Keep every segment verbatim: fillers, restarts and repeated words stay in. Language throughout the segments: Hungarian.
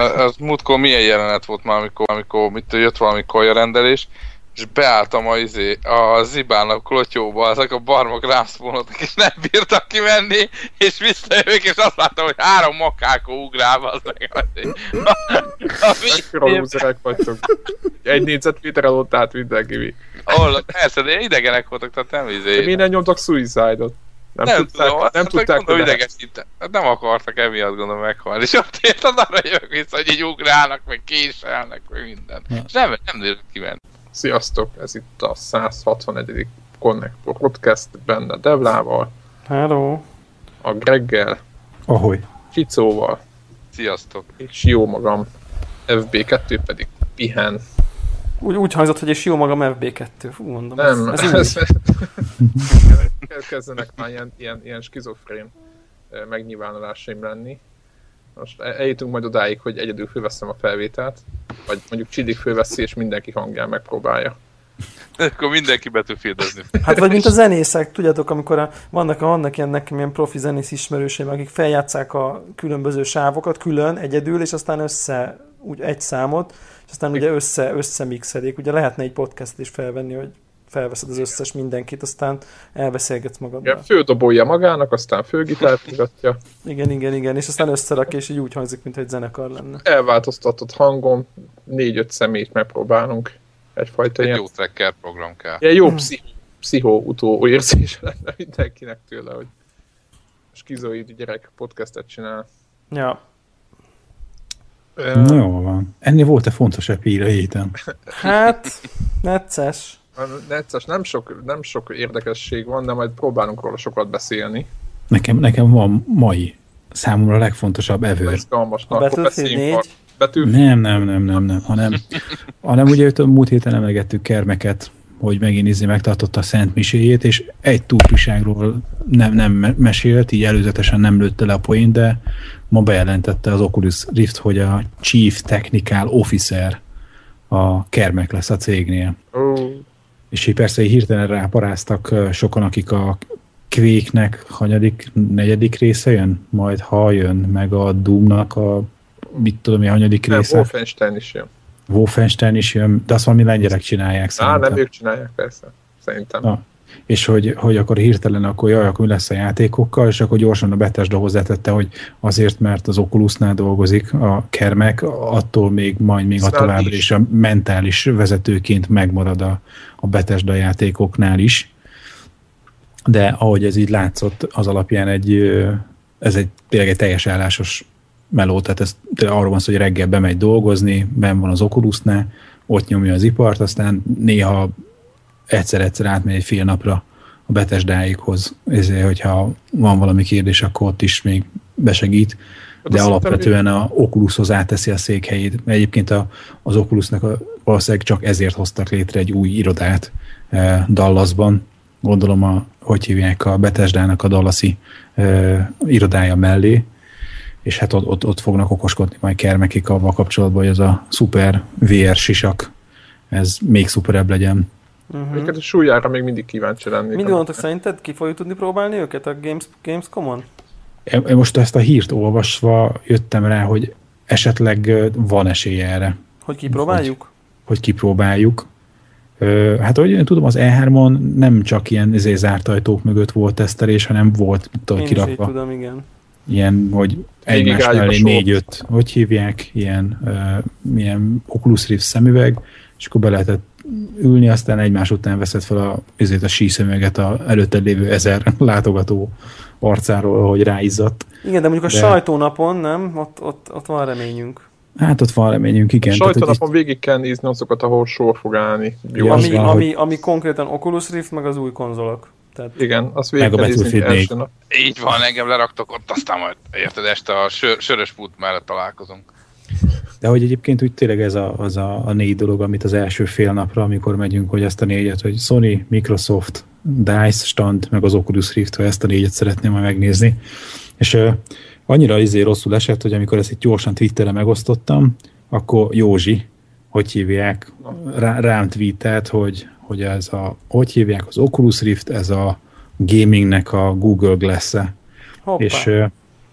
Az múltkor milyen jelenet volt már, amikor, amikor mit, jött valami kajarendelés, és beálltam a, izé, a Zibának klotyóba, azok a barmok rászpónoltak, és nem bírtak kimenni, és visszajövök, és azt láttam, hogy három makákó ugrál, az meg. Ekkora lúzerek vagytok. Egy négyzetméter alatt át mindenki. Ahol, persze, de idegenek voltak, tehát nem izé. De miért nyomtak Suicide-ot? Nem, nem tudták, tudom, nem tudták, hogy idegesít. Nem akartak emiatt gondolom meghalni. És ott érted, arra jövök vissza, hogy így ugrálnak, meg késelnek, meg minden. Ja. És nem, nem bírtak kimenni. Sziasztok, ez itt a száz hatvanegyedik Connector Podcast, benne Devlával. Hello. A Greggel. Ahogy. Csicóval. Sziasztok. És jó magam. ef bé kettő pedig pihen. Úgy, úgy hangzott, hogy és jó magam ef bé kettő. Fú, mondom, nem, ez, ez, ez kezdenek már ilyen, ilyen, ilyen skizofrén megnyilvánulásaim lenni. Most eljutunk majd odáig, hogy egyedül fölveszem a felvételt, vagy mondjuk Csidik fölveszi, és mindenki hangján megpróbálja. Akkor mindenki betűfildezni. Hát vagy mint a zenészek, tudjátok, amikor a, vannak, vannak ilyen nekem ilyen profi zenész ismerőseim, akik feljátszák a különböző sávokat külön, egyedül, és aztán össze, úgy egy számot, és aztán ugye össze, összemixelik. Ugye lehetne egy podcastot is felvenni, hogy felveszed az összes mindenkit, aztán elbeszélgetsz magaddal. Igen, földobolja magának, aztán fölgitárt mutatja. Igen, igen, igen, és aztán összerakja, és így úgy hangzik, mintha egy zenekar lenne. Elváltoztatott hangon, négy-öt személyt megpróbálunk. Egyfajta egy ilyen... jó tracker program kell. Ilyen jó pszichó, pszichó utó érzése lenne mindenkinek tőle, hogy skizoid gyerek podcastet csinál. Ja. Na jó van. Ennél volt-e fontosabb hír a héten? Hát, necces. Necces, nem sok, nem sok érdekesség van, de majd próbálunk róla sokat beszélni. Nekem, nekem van mai számomra a legfontosabb ever. A Battlefield négy? Nem, nem, nem, nem, nem, hanem, hanem ugye a múlt héten emlegettük Kermeket, hogy megint izé megtartotta a Szent Miséjét, és egy túlpiságról nem, nem mesélt, így előzetesen nem lőtte le a poént, de ma bejelentette az Oculus Rift, hogy a Chief Technical Officer a Kermek lesz a cégnél. Oh. És így persze így hirtelen ráparáztak sokan, akik a Quake-nek hanyadik, negyedik része jön, majd ha jön, meg a Doom-nak a mit tudom, a hanyadik nem, része. Wolfenstein is jön. Wolfenstein is jön, de azt valami lengyelek csinálják szerintem. Á, nem ők csinálják, persze. Szerintem. Na, és hogy, hogy akkor hirtelen, akkor jaj, akkor mi lesz a játékokkal, és akkor gyorsan a Bethesda hozzátette, hogy azért, mert az Oculusnál dolgozik a Kermek, attól még majd még a továbbra is a mentális vezetőként megmarad a, a Bethesda játékoknál is. De ahogy ez így látszott, az alapján egy, ez egy tényleg egy teljes állásos meló, tehát ez arról van szó, hogy reggel bemegy dolgozni, benn van az Oculusnál, ott nyomja az ipart, aztán néha egyszer-egyszer átmegy egy fél napra a Bethesdáikhoz, ezért, hogyha van valami kérdés, akkor ott is még besegít, de hát alapvetően a Oculushoz átteszi a székhelyét. Egyébként a, az Oculusnak a, valószínűleg csak ezért hoztak létre egy új irodát eh, Dallasban, gondolom a, hogy hívják, a Bethesdának a Dallasi eh, irodája mellé, és hát ott, ott, ott fognak okoskodni majd Kermekik avval kapcsolatban, hogy ez a szuper vé er sisak, ez még szuperebb legyen. Uh-huh. Őket a súlyára még mindig kíváncsi lenni. Mind gondoltok, szerinted ki fogjuk tudni próbálni őket a Games, Gamescom-on? Én most ezt a hírt olvasva jöttem rá, hogy esetleg van esélye erre. Hogy kipróbáljuk? Hogy, hogy kipróbáljuk. Hát ahogy én tudom, az E hármon nem csak ilyen ezért zárt ajtók mögött volt tesztelés, hanem volt tudod, kirakva. Én is így tudom, igen. Ilyen, hogy egymás mellé négy-öt, hogy hívják, ilyen, uh, ilyen Oculus Rift szemüveg, és akkor be lehetett ülni, aztán egymás után veszed fel a, ezért a síszemüveget a előtted lévő ezer látogató arcáról, hogy ráizzadt. Igen, de mondjuk a de... sajtónapon, nem? Ott, ott, ott van reményünk. Hát ott van reményünk, igen. A sajtónapon itt... végig kell nézni azokat, ahol sor fog állni. Jó, ami, van, ami, hogy... ami konkrétan Oculus Rift, meg az új konzolok. Tehát... Igen, azt végig kell nézni első nap. Így van, engem leraktok ott, aztán majd érted, este a sör, sörös pult mellett találkozunk. De hogy egyébként úgy tényleg ez a, az a, a négy dolog, amit az első fél napra, amikor megyünk, hogy ezt a négyet, hogy Sony, Microsoft, DICE stand, meg az Oculus Rift, hogy ezt a négyet szeretném majd megnézni. És uh, annyira izé rosszul esett, hogy amikor ezt itt gyorsan Twitterre megosztottam, akkor Józsi, hogy hívják, rá, rám tweetelt, hogy, hogy ez a, hogy hívják, az Oculus Rift, ez a gamingnek a Google Glass-e. És uh,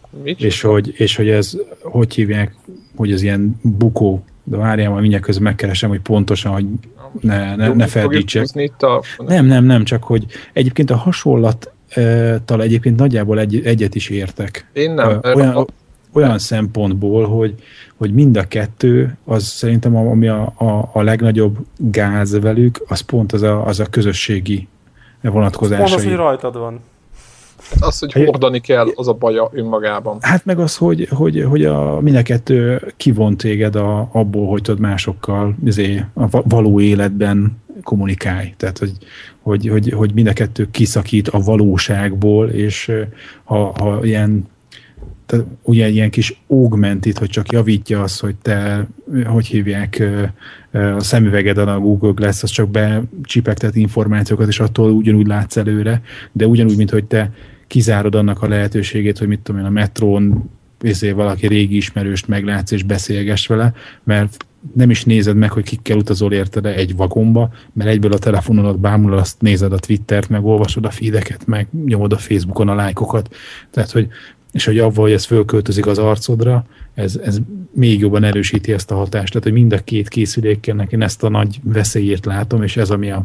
Mit? És hogy, és hogy ez, hogy hívják, hogy ez ilyen bukó, de várjál, majd mindjárt közben megkeresem, hogy pontosan, hogy ne, ne, ne ferdítsek. A... Nem, nem, nem, csak hogy egyébként a hasonlattal egyébként nagyjából egy, egyet is értek. Én nem. Olyan, a... olyan szempontból, hogy, hogy mind a kettő, az szerintem ami a, a, a legnagyobb gáz velük, az pont az a, az a közösségi vonatkozásai. Pont az, hogy rajtad van. Az, hogy hordani kell, az a baja önmagában. Hát meg az, hogy, hogy, hogy a mind a kettő kivont téged a, abból, hogy tudod másokkal azért, a való életben kommunikálj. Tehát, hogy, hogy, hogy, hogy mind a kettő kiszakít a valóságból, és ha, ha ilyen tehát ugye ilyen kis augmentit, hogy csak javítja az, hogy te, hogy hívják, a szemüvegeden a Google Glass, az csak becsipegtet információkat, és attól ugyanúgy látsz előre, de ugyanúgy, mint hogy te kizárod annak a lehetőségét, hogy mit tudom én, a metrón ezért valaki régi ismerőst meglátsz és beszélgess vele, mert nem is nézed meg, hogy kikkel utazol érted egy vagomba, mert egyből a telefonodat bámul, azt nézed a Twittert, meg olvasod a feedeket, meg nyomod a Facebookon a lájkokat. Tehát, hogy és hogy avval, hogy ez fölköltözik az arcodra, ez, ez még jobban erősíti ezt a hatást. Tehát, hogy mind a két készüléknek én ezt a nagy veszélyét látom, és ez ami a,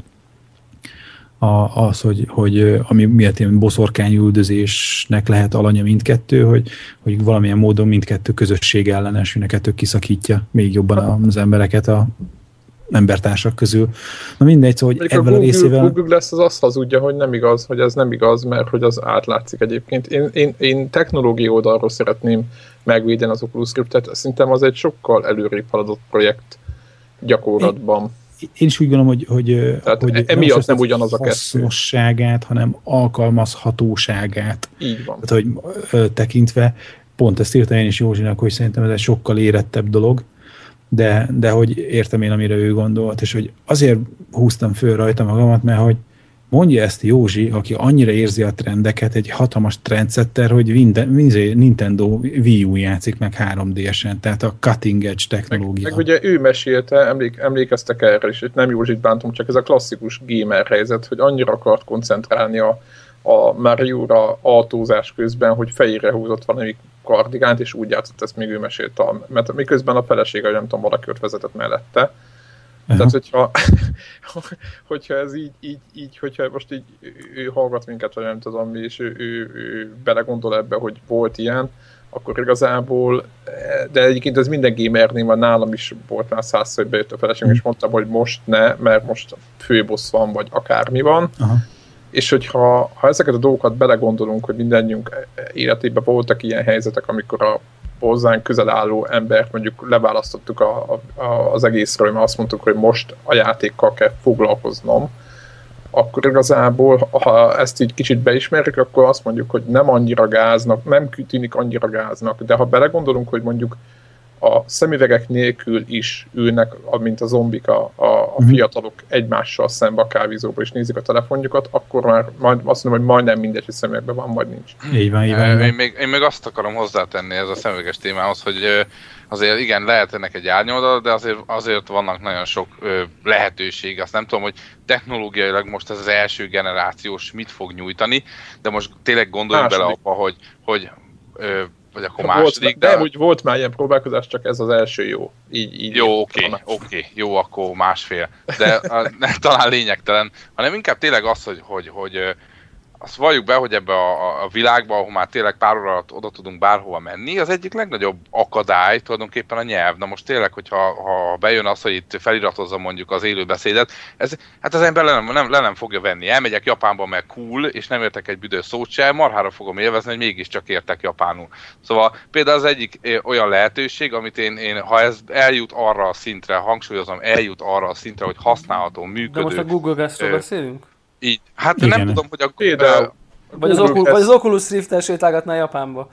a, az, hogy, hogy ami miatt ilyen boszorkányüldözésnek lehet alanya mindkettő, hogy, hogy valamilyen módon mindkettő közösség ellenes, mindkettő kiszakítja még jobban az embereket a embertársak közül. Na mindegy, szóval, hogy ebben a, a részével... Google Glass az azt hazudja, hogy nem igaz, hogy ez nem igaz, mert hogy az átlátszik egyébként. Én, én, én technológiai oldalról szeretném megvédeni az Oculus Riftet, szerintem az egy sokkal előrébb haladott projekt gyakorlatban. Én, én is úgy gondolom, hogy, hogy, Tehát hogy emiatt nem ugyanaz a kettő. Hasznosságát, hanem alkalmazhatóságát. Így van. Tehát, hogy ö, tekintve, pont ezt írtam én is Józsinak, hogy szerintem ez egy sokkal érettebb dolog, De, de hogy értem én, amire ő gondolt, és hogy azért húztam föl rajta magamat, mert hogy mondja ezt Józsi, aki annyira érzi a trendeket, egy hatalmas trendsetter, hogy Nintendo Wii U játszik meg három dé-esen, tehát a cutting edge technológia. Meg, meg ugye ő mesélte, emlék, emlékeztek erre is, és nem Józsit bántom, csak ez a klasszikus gamer helyzet, hogy annyira akart koncentrálni a, a Mario-ra autózás közben, hogy fejére húzott valami kardigánt, és úgy játszott, ezt még ő mesélte, mert miközben a felesége, nem tudom, valakört vezetett mellette. Uh-huh. Tehát, hogyha, hogyha ez így, így, így, hogyha most így ő hallgat minket, vagy nem tudom, és ő, ő, ő belegondol ebbe, hogy volt ilyen, akkor igazából, de egyébként ez minden gamernél van, nálam is volt már százszor, hogy bejött a feleségem, uh-huh. és mondtam, hogy most ne, mert most főbossz van, vagy akármi van. Uh-huh. És hogyha ha ezeket a dolgokat belegondolunk, hogy mindannyiunk életében voltak ilyen helyzetek, amikor a hozzánk közel álló embert mondjuk leválasztottuk a, a, az egészről, mert azt mondtuk, hogy most a játékkal kell foglalkoznom, akkor igazából, ha ezt így kicsit beismerjük, akkor azt mondjuk, hogy nem annyira gáznak, nem tűnik annyira gáznak, de ha belegondolunk, hogy mondjuk a szemüvegek nélkül is ülnek, mint a zombik, a, a, a fiatalok egymással szembe a kávézóba, és nézik a telefonjukat, akkor már majd azt mondom, hogy majdnem mindegy, hogy szemüvegben van, vagy nincs. Így van, így van. Én még, én még azt akarom hozzátenni ez a szemüveges témához, hogy azért igen, lehet ennek egy árnyoldal, de azért, azért vannak nagyon sok lehetőség. Azt nem tudom, hogy technológiailag most ez az első generációs mit fog nyújtani, de most tényleg gondoljunk bele abba, hogy, hogy vagy akkor második. De úgy volt már ilyen próbálkozás, csak ez az első jó. Így, így jó, oké, okay, oké, okay, jó, akkor másfél. De a, ne, talán lényegtelen, hanem inkább tényleg az, hogy, hogy, hogy azt valljuk be, hogy ebbe a, a világba, ahol már tényleg pár óra alatt oda tudunk bárhova menni, az egyik legnagyobb akadály tulajdonképpen a nyelv. Na most tényleg, hogyha ha bejön az, hogy itt feliratozza mondjuk az élőbeszédet, ez, hát az ember le nem, nem, le nem fogja venni. Elmegyek Japánba, mert cool, és nem értek egy büdös szót sem, marhára fogom élvezni, hogy mégiscsak értek japánul. Szóval például az egyik olyan lehetőség, amit én, én ha ez eljut arra a szintre, hangsúlyozom, eljut arra a szintre, hogy használható, működő. De most a Google Glass-ról beszélünk? Így. Hát igen. Nem tudom, hogy a... Például, vagy, az Oculus, vagy az Oculus Rift-tel sétálgatná Japánba.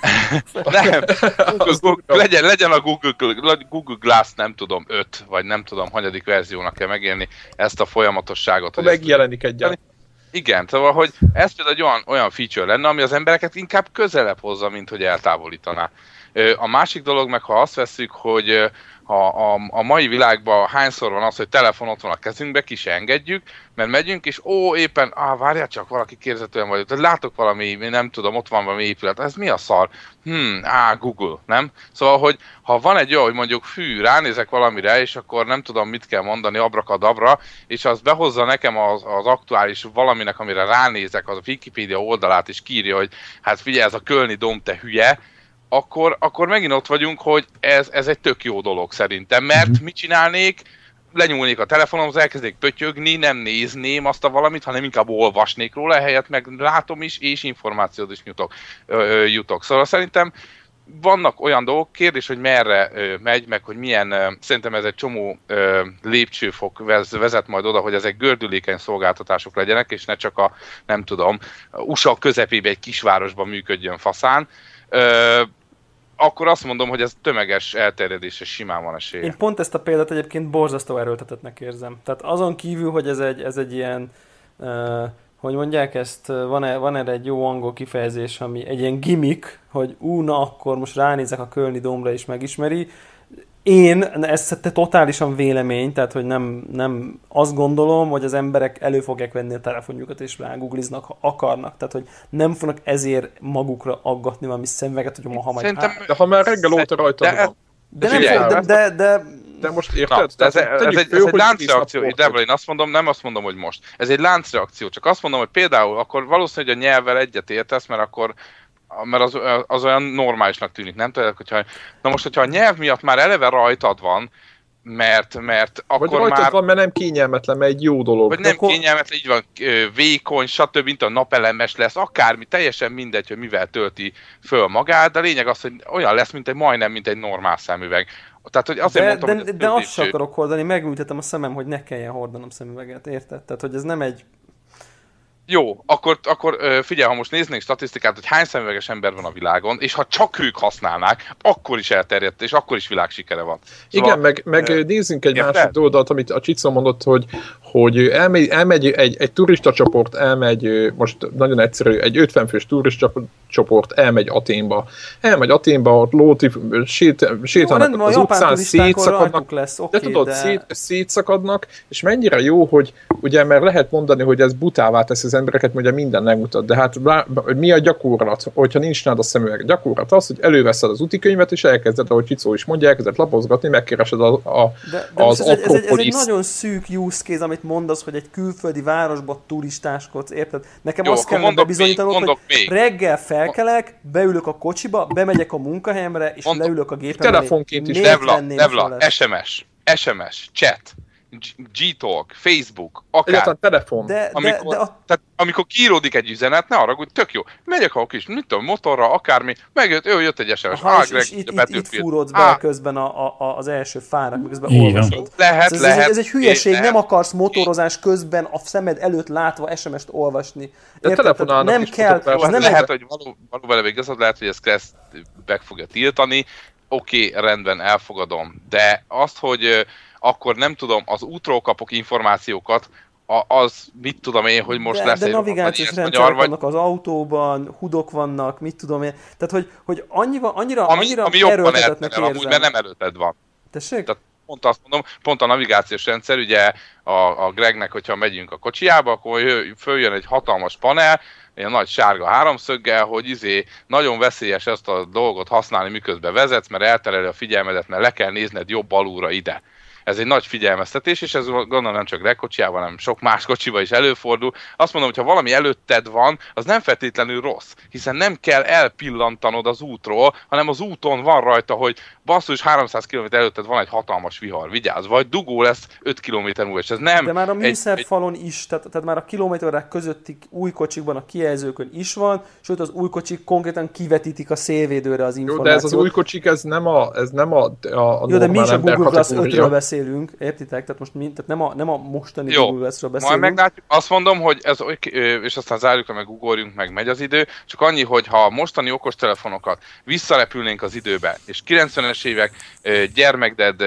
Nem. Google, Google, legyen, legyen a Google, Google Glass, nem tudom, öt, vagy nem tudom, hanyadik verziónak kell megérni ezt a folyamatosságot. Ha megjelenik egyáltalán. Igen, szóval, hogy ez például egy olyan, olyan feature lenne, ami az embereket inkább közelebb hozza, mint hogy eltávolítaná. A másik dolog meg, ha azt vesszük, hogy a, a, a mai világban hányszor van az, hogy telefon ott van a kezünkbe, ki se engedjük, mert megyünk, és ó, éppen, á, várjál csak, valaki kérdezhetően vagy, tehát látok valami, nem tudom, ott van valami épület, ez mi a szar? Hmm, á, Google, nem? Szóval, hogy ha van egy olyan, hogy mondjuk, fű, ránézek valamire, és akkor nem tudom, mit kell mondani, abrakadabra, és az behozza nekem az, az aktuális valaminek, amire ránézek, az a Wikipédia oldalát, és kírja, hogy hát figyelj, ez a Kölni Dóm, te hülye, Akkor, akkor megint ott vagyunk, hogy ez, ez egy tök jó dolog szerintem, mert uh-huh. mit csinálnék? Lenyúlnék a telefonomhoz, elkezdnék pötyögni, nem nézném azt a valamit, hanem inkább olvasnék róla, helyett meg látom is, és információt is jutok. Ö, ö, jutok. Szóval szerintem vannak olyan dolgok, kérdés, hogy merre ö, megy, meg hogy milyen, ö, szerintem ez egy csomó ö, lépcsőfok vezet majd oda, hogy ezek gördülékeny szolgáltatások legyenek, és ne csak a, nem tudom, u es á közepébe egy kisvárosban működjön faszán. Ö, akkor azt mondom, hogy ez tömeges elterjedése simán van esélye. Én pont ezt a példát egyébként borzasztó erőltetettnek érzem. Tehát azon kívül, hogy ez egy, ez egy ilyen, uh, hogy mondják ezt, van, van erre egy jó angol kifejezés, ami egy ilyen gimmick, hogy ú, na akkor most ránézek a Kölni Dómra és megismeri. Én, ez totálisan vélemény, tehát hogy nem, nem azt gondolom, hogy az emberek elő fogják venni a telefonjukat és rágoogliznak, ha akarnak. Tehát, hogy nem fognak ezért magukra aggatni valami szemüveget, hogy ma ha majd... Szerintem, de ha már reggel óta rajta de, van. De, de, nem fog, de, de, de... de most érted? Na, ez, ez, ez, egy, ez egy láncreakció, Debla, én azt mondom, nem azt mondom, hogy most. Ez egy láncreakció, csak azt mondom, hogy például akkor valószínűleg a nyelvvel egyet értesz, mert akkor mert az, az olyan normálisnak tűnik, nem tudod, hogyha... Na most, hogyha a nyelv miatt már eleve rajtad van, mert, mert akkor vagy rajtad már... van, mert nem kényelmetlen, mert egy jó dolog. Vagy nem akkor... kényelmetlen, így van, vékony, stb., mint a napelemes lesz, akármi, teljesen mindegy, hogy mivel tölti föl magát, de a lényeg az, hogy olyan lesz, mint egy majdnem, mint egy normál szemüveg. Tehát, hogy azért de, mondtam, de, hogy de azt sem akarok hordani, megültetem a szemem, hogy ne kelljen hordanom szemüveget, érted? Tehát, hogy ez nem egy... Jó, akkor, akkor figyelj, ha most néznénk statisztikát, hogy hány szemüveges ember van a világon, és ha csak ők használnák, akkor is elterjedt, és akkor is világsikere van. Szóval, igen, meg, meg uh, nézzünk egy érted? másik oldalt, amit a Csicó mondott, hogy, hogy elmegy, elmegy egy, egy turista csoport, elmegy, most nagyon egyszerű, egy ötven fős turista csoport elmegy Athénba. Elmegy Athénba, ott lóti, sét, sétálnak jó, az utcán, szétszakadnak, lesz, okay, de tudod, de... Szét, szétszakadnak, és mennyire jó, hogy ugye, mert lehet mondani, hogy ez butává teszi az embereket, ugye minden megmutat, de hát mi a gyakorlat, hogyha nincs nálad a szemüveg? Gyakorlat az, hogy előveszed az útikönyvet, és elkezded, ahogy Csicó is mondja, elkezded lapozgatni, megkeresed a, a, de, de az ez, egy, ez, egy, ez egy Akropolis. nagyon szűk use case, amit mondasz, hogy egy külföldi városba turistáskodsz, érted? Nekem Jó, azt kellene bebizonyítanod, hogy még. reggel felkelek, beülök a kocsiba, bemegyek a munkahelyemre, és mondok. leülök a gépemre. Telefonként is. Devla, Devla, es em es, es em es, chat, G-Talk, Facebook, akár. Egyáltalán telefon. De, amikor, de, de a... tehát, amikor kiíródik egy üzenet, ne arra, hogy tök jó. Megyek a kis, mit tudom, motorra, akármi, megjött, ő jött egy es em es. Aha, és, és itt, itt, itt fúródsz be közben a, a, az első fának, miközben olvasod. Lehet, ez, lehet. Ez, ez egy hülyeség, nem akarsz motorozás közben a szemed előtt látva es em est olvasni. Nem kell. Jó, nem lehet, hogy való, valóban igazad, lehet, hogy ezt Kressz meg fogja tiltani. Oké, okay, rendben, elfogadom. De azt, hogy akkor nem tudom, az útról kapok információkat, az mit tudom én, hogy most de, lesz de egy navigációs rendszerek vagy... vannak az autóban, hudok vannak, mit tudom én. Tehát, hogy, hogy annyiva, annyira, ami, annyira ami jobban erőltetetnek érzem. Amúgy, mert nem előtted van. Tessék? Tehát pont azt mondom, pont a navigációs rendszer, ugye a, a Gregnek, hogyha megyünk a kocsiába, akkor följön egy hatalmas panel, ilyen nagy sárga háromszöggel, hogy izé nagyon veszélyes ezt a dolgot használni, miközben vezetsz, mert eltereli a figyelmedet, mert le kell nézned jobb alulra ide. Ez egy nagy figyelmeztetés, és ez gondolom nem csak Greg kocsiával, hanem sok más kocsival is előfordul. Azt mondom, hogy ha valami előtted van, az nem feltétlenül rossz, hiszen nem kell elpillantanod az útról, hanem az úton van rajta, hogy basszus, háromszáz kilométer előtted van egy hatalmas vihar, vigyázz, vagy dugó lesz öt kilométer múlva, és ez nem... De már a műszerfalon egy... is, tehát, tehát már a kilométerek közötti új kocsikban a kijelzőkön is van, sőt az új kocsik konkrétan kivetítik a szélvédőre az információt. Jó, de ez az új kocsik, ez nem a, ez nem a, a, a jó, de mi is a Google Glass ötről beszélünk. beszélünk, értitek? Tehát most mi, tehát nem, a, nem a mostani Jó, Google Glass-ről beszélünk. majd meglátjuk. Azt mondom, hogy ez, és aztán zárjuk le, meg ugorjunk, meg megy az idő. Csak annyi, hogy ha a mostani okostelefonokat visszarepülnénk az időbe, és kilencvenes évek gyermekded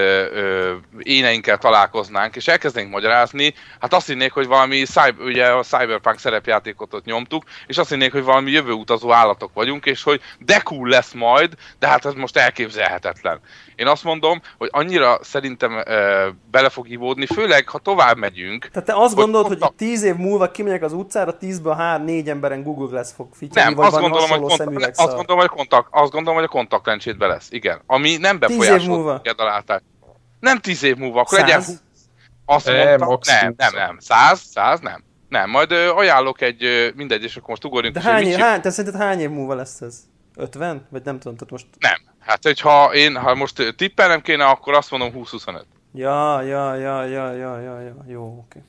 éneinkkel találkoznánk, és elkezdenénk magyarázni, hát azt hinnék, hogy valami ugye a Cyberpunk szerepjátékot ott nyomtuk, és azt hinnék, hogy valami jövőutazó állatok vagyunk, és hogy de cool lesz majd, de hát ez most elképzelhetetlen. Én azt mondom, hogy annyira szerintem ö, bele fog ivódni, főleg ha tovább megyünk. Tehát te azt gondolod, hogy, hogy tíz év múlva kimegyek az utcára, tízből három, négy emberen Google Glass fog fityelni, nem, vagy azt van gondolom, hasonló hogy szemüveg azt gondolom, hogy kontakt, azt gondolom, hogy a kontaktlencsétbe lesz. Igen. Ami nem befolyásol a látás. Nem tíz év múlva, akkor legyen húsz. Azt mondtam, nem, nem, nem. Száz, száz, nem. Nem, majd ö, ajánlok egy, ö, mindegy, és akkor most ugorjunk. De hány év, hány, te szerinted hány év múlva lesz ez? ötven? Vagy nem tudom, tehát most... Nem. Hát, hogyha én, ha most tippelnem kéne, akkor azt mondom húsz-huszonöt. Ja, ja, ja, ja, ja, ja, ja. Jó, oké. Okay.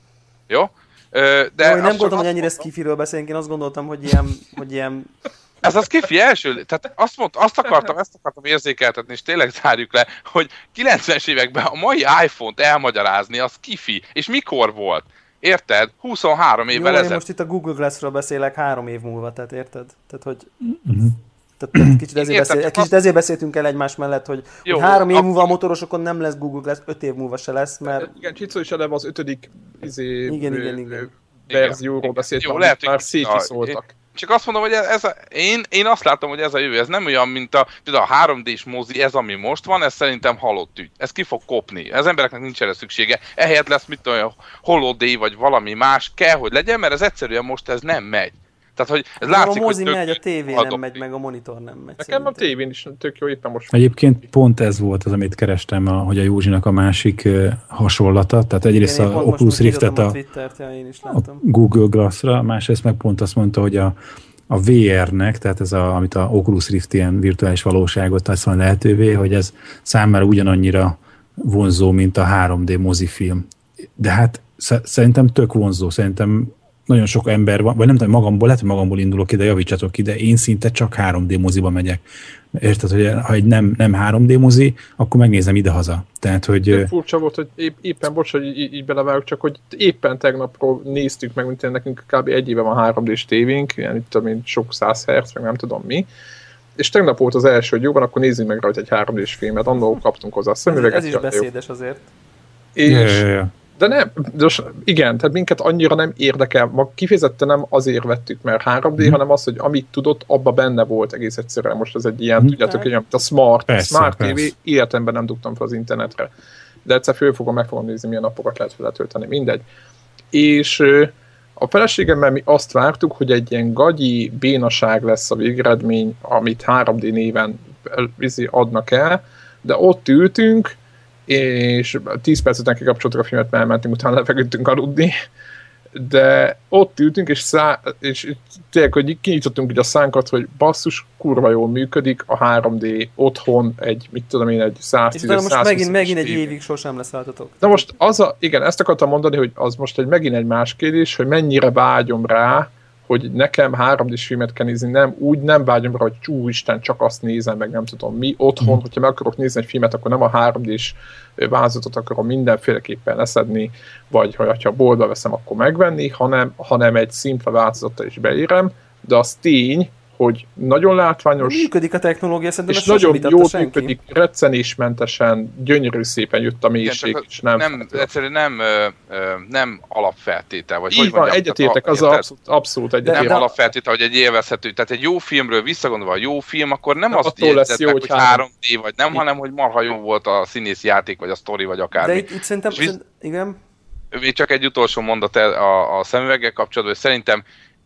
Jó? Ö, de Jó, én nem gondoltam, hogy ennyire skifiről beszélünk, én azt gondoltam, hogy ilyen... Hogy ilyen... Ez a skifi első, tehát azt, mond, azt akartam, ezt akartam érzékeltetni, és tényleg zárjuk le, hogy kilencvenes években a mai iPhone-t elmagyarázni, az skifi, és mikor volt? Érted? huszonhárom évvel ezelőtt. Én most itt a Google Glass-ről beszélek három év múlva, tehát érted? Tehát, hogy... Mm-hmm. Tehát kicsit ezért, értem, beszél, kicsit ezért beszéltünk el egymás mellett, hogy, jó, hogy három év a... múlva a motorosokon nem lesz Google Glass, öt év múlva se lesz, mert... Igen, Csicó is eleve az ötödik izé, igen, igen, igen. verzióról beszélt, jó, lehet, már szétszóltak. Csak azt mondom, hogy ez a, én, én azt látom, hogy ez a jövő, ez nem olyan, mint a, a három dés mozi, ez ami most van, ez szerintem halott ügy. Ez ki fog kopni. Ez embereknek nincs erre szüksége. Ehelyett lesz mit olyan holoday vagy valami más, kell, hogy legyen, mert ez egyszerűen most ez nem megy. Tehát, hogy ez látszik, a mozi hogy megy, a tévé nem megy, meg a monitor nem megy. Nekem a tévén is tök jó, éppen most. Egyébként pont ez volt az, amit kerestem, a, hogy a Józsinak a másik uh, hasonlata. Tehát egyrészt igen, a Oculus Riftet a, a, ja, én is a Google Glass-ra, másrészt meg pont azt mondta, hogy a, a vé er-nek, tehát ez a, amit a Oculus Rift ilyen virtuális valóságot tesz van lehetővé, hogy ez számára ugyanannyira vonzó, mint a három dé mozifilm. De hát szerintem tök vonzó, szerintem nagyon sok ember van, vagy nem tudom, magamból, lehet, hogy magamból indulok ki, de javítsatok ki, de én szinte csak három dé moziba megyek. Érted, hogy ha egy nem, nem három dé mozi, akkor megnézem ide-haza. Tehát, hogy... Furcsa volt, hogy épp, éppen, bocs, hogy így, így belevágok, csak hogy éppen tegnapról néztük meg, mint nekünk kb. Egy éve van három dés tévénk, ilyen itt tudom, sok száz hertz, meg nem tudom mi. És tegnap volt az első, hogy jó van, akkor nézzünk meg rajta egy három dés filmet, annól kaptunk hozzá a szemüveget. Ez is beszédes azért. És... Ja, ja, ja. De nem, de igen, tehát minket annyira nem érdekel, ma kifejezetten nem azért vettük, mert három dé, mm. hanem az, hogy amit tudott, abba benne volt egész egyszerűen. Most ez egy ilyen, mm. tudjátok, hogy a Smart, persze, Smart persze. té vé, életemben nem dugtam fel az internetre. De egyszer föl fogom, meg fogom nézni, milyen napokat lehet feltölteni, mindegy. És a feleségemmel mi azt vártuk, hogy egy ilyen gagyi bénaság lesz a végeredmény, amit három dé néven adnak el, de ott ültünk, és tíz perc után kikapcsoltuk a filmet, mert elmentünk, utána lefeküdtünk aludni, de ott ültünk, és, szá- és tényleg, hogy kinyitottunk így a szánkat, hogy basszus, kurva jól működik, a három dé otthon egy, mit tudom én, egy száztíz. És de most megint, megint egy évig sosem leszálltatok. Na most az a, igen, ezt akartam mondani, hogy az most egy megint egy más kérdés, hogy mennyire vágyom rá, hogy nekem három dés filmet kell nézni, nem, úgy nem vágyom rá, hogy csú, Isten, csak azt nézem, meg nem tudom mi. Otthon, mm. hogyha meg akarok nézni egy filmet, akkor nem a három dés vázatot akarom mindenféleképpen leszedni, vagy ha boltba veszem, akkor megvenni, hanem, hanem egy szimpla változattal is beérem, de az tény, hogy nagyon látványos, működik a technológia, szerintem és nagyon jól működik, reccenésmentesen, gyönyörű szépen jött a mélység, igen, és nem... nem egyszerűen nem, nem alapfeltétel, vagy így hogy van, egyetértek, az abszolút, abszolút egyetértek. Nem alapfeltétel, hogy egy élvezhető, tehát egy jó filmről visszagondolva, a jó film, akkor nem, nem azt érzed meg, hogy három dé vagy nem, hanem hogy marha jó volt a színész játék, vagy a sztori, vagy akármi. De itt, itt szerintem, visz... igen. Még csak egy utolsó mondat a, a szemüveggel kapcsolatban, hogy szerintem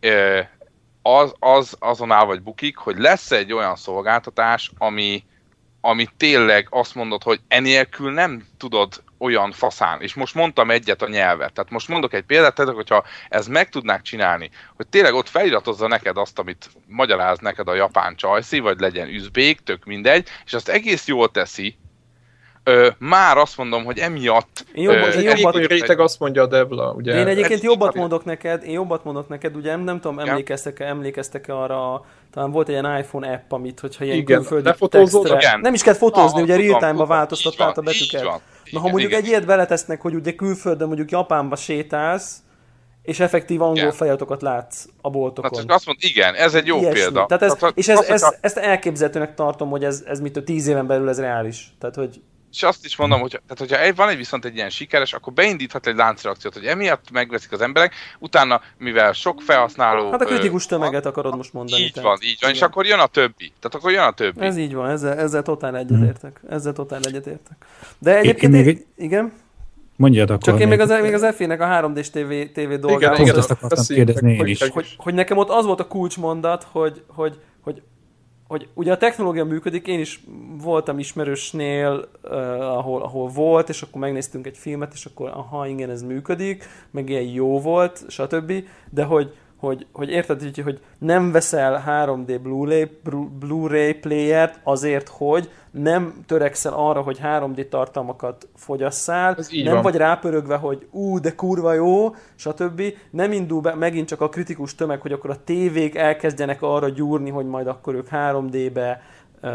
az, az azon áll vagy bukik, hogy lesz egy olyan szolgáltatás, ami, ami tényleg azt mondod, hogy enélkül nem tudod olyan faszán, és most mondtam egyet a nyelvet, tehát most mondok egy példát, tehát hogyha ezt meg tudnák csinálni, hogy tényleg ott feliratozza neked azt, amit magyaráz neked a japán csajszi, vagy legyen üzbék, tök mindegy, és azt egész jól teszi, Ö, már azt mondom, hogy emiatt Én jobban, Ez én egy jobban, réteg, azt mondja a Devla, ugye? én egyébként Ez jobbat is- mondok neked, én jobbat mondok neked, ugye nem tudom, emlékeztek-e, emlékeztek-e arra, talán volt egy ilyen iPhone app, amit, hogyha ilyen Igen, külföldi lefotózod? textre, Igen. nem is kell fotózni, Na, ugye tudom, real-time-ba tudom, változtatta így át a van, így betűket. van. Na, ha Igen, mondjuk igen. egy ilyet beletesznek, hogy ugye külföldön mondjuk Japánba sétálsz, és effektív angol Igen. feliratokat látsz a Na, boltokon. csak azt mond, igen, ez egy jó Ilyesmi. példa. Tehát ez, Tehát, és ez, az, ez, hogyha- ezt elképzelhetőnek tartom, hogy ez, ez mitől tíz éven belül ez reális. Tehát, hogy És azt is mondom, hogy tehát, hogyha egy, van egy viszont egy ilyen sikeres, akkor beindíthat egy láncreakciót, hogy emiatt megveszik az emberek, utána, mivel sok felhasználó... hát a kritikus ö, tömeget akarod most mondani. Így tehát. van, így van, és Igen. akkor jön a többi. Tehát akkor jön a többi. Ez így van, ezzel, ezzel totál egyetértek. Ezzel totál egyetértek. De egyébként, én még én, egy- igen, Mondjad akkor. csak én még az, még az ef ének a három dés tévé, tévé dolgáról, Pont igen, ezt akartam beszéljünk kérdezni meg, én is. hogy- hogy, hogy nekem ott az volt a kulcsmondat, hogy, hogy, hogy, hogy ugye a technológia működik, én is voltam ismerősnél, uh, ahol, ahol volt, és akkor megnéztünk egy filmet, és akkor aha, igen, ez működik, meg ilyen jó volt, stb. De hogy, hogy, hogy érted, hogy, hogy nem veszel három dé Blu-ray, Blu-ray playert azért, hogy nem törekszel arra, hogy három dé tartalmakat fogyasszál, Ez így nem van. vagy rápörögve, hogy ú, de kurva jó, stb. Nem indul be megint csak a kritikus tömeg, hogy akkor a tévék elkezdjenek arra gyúrni, hogy majd akkor ők három dé-be ö,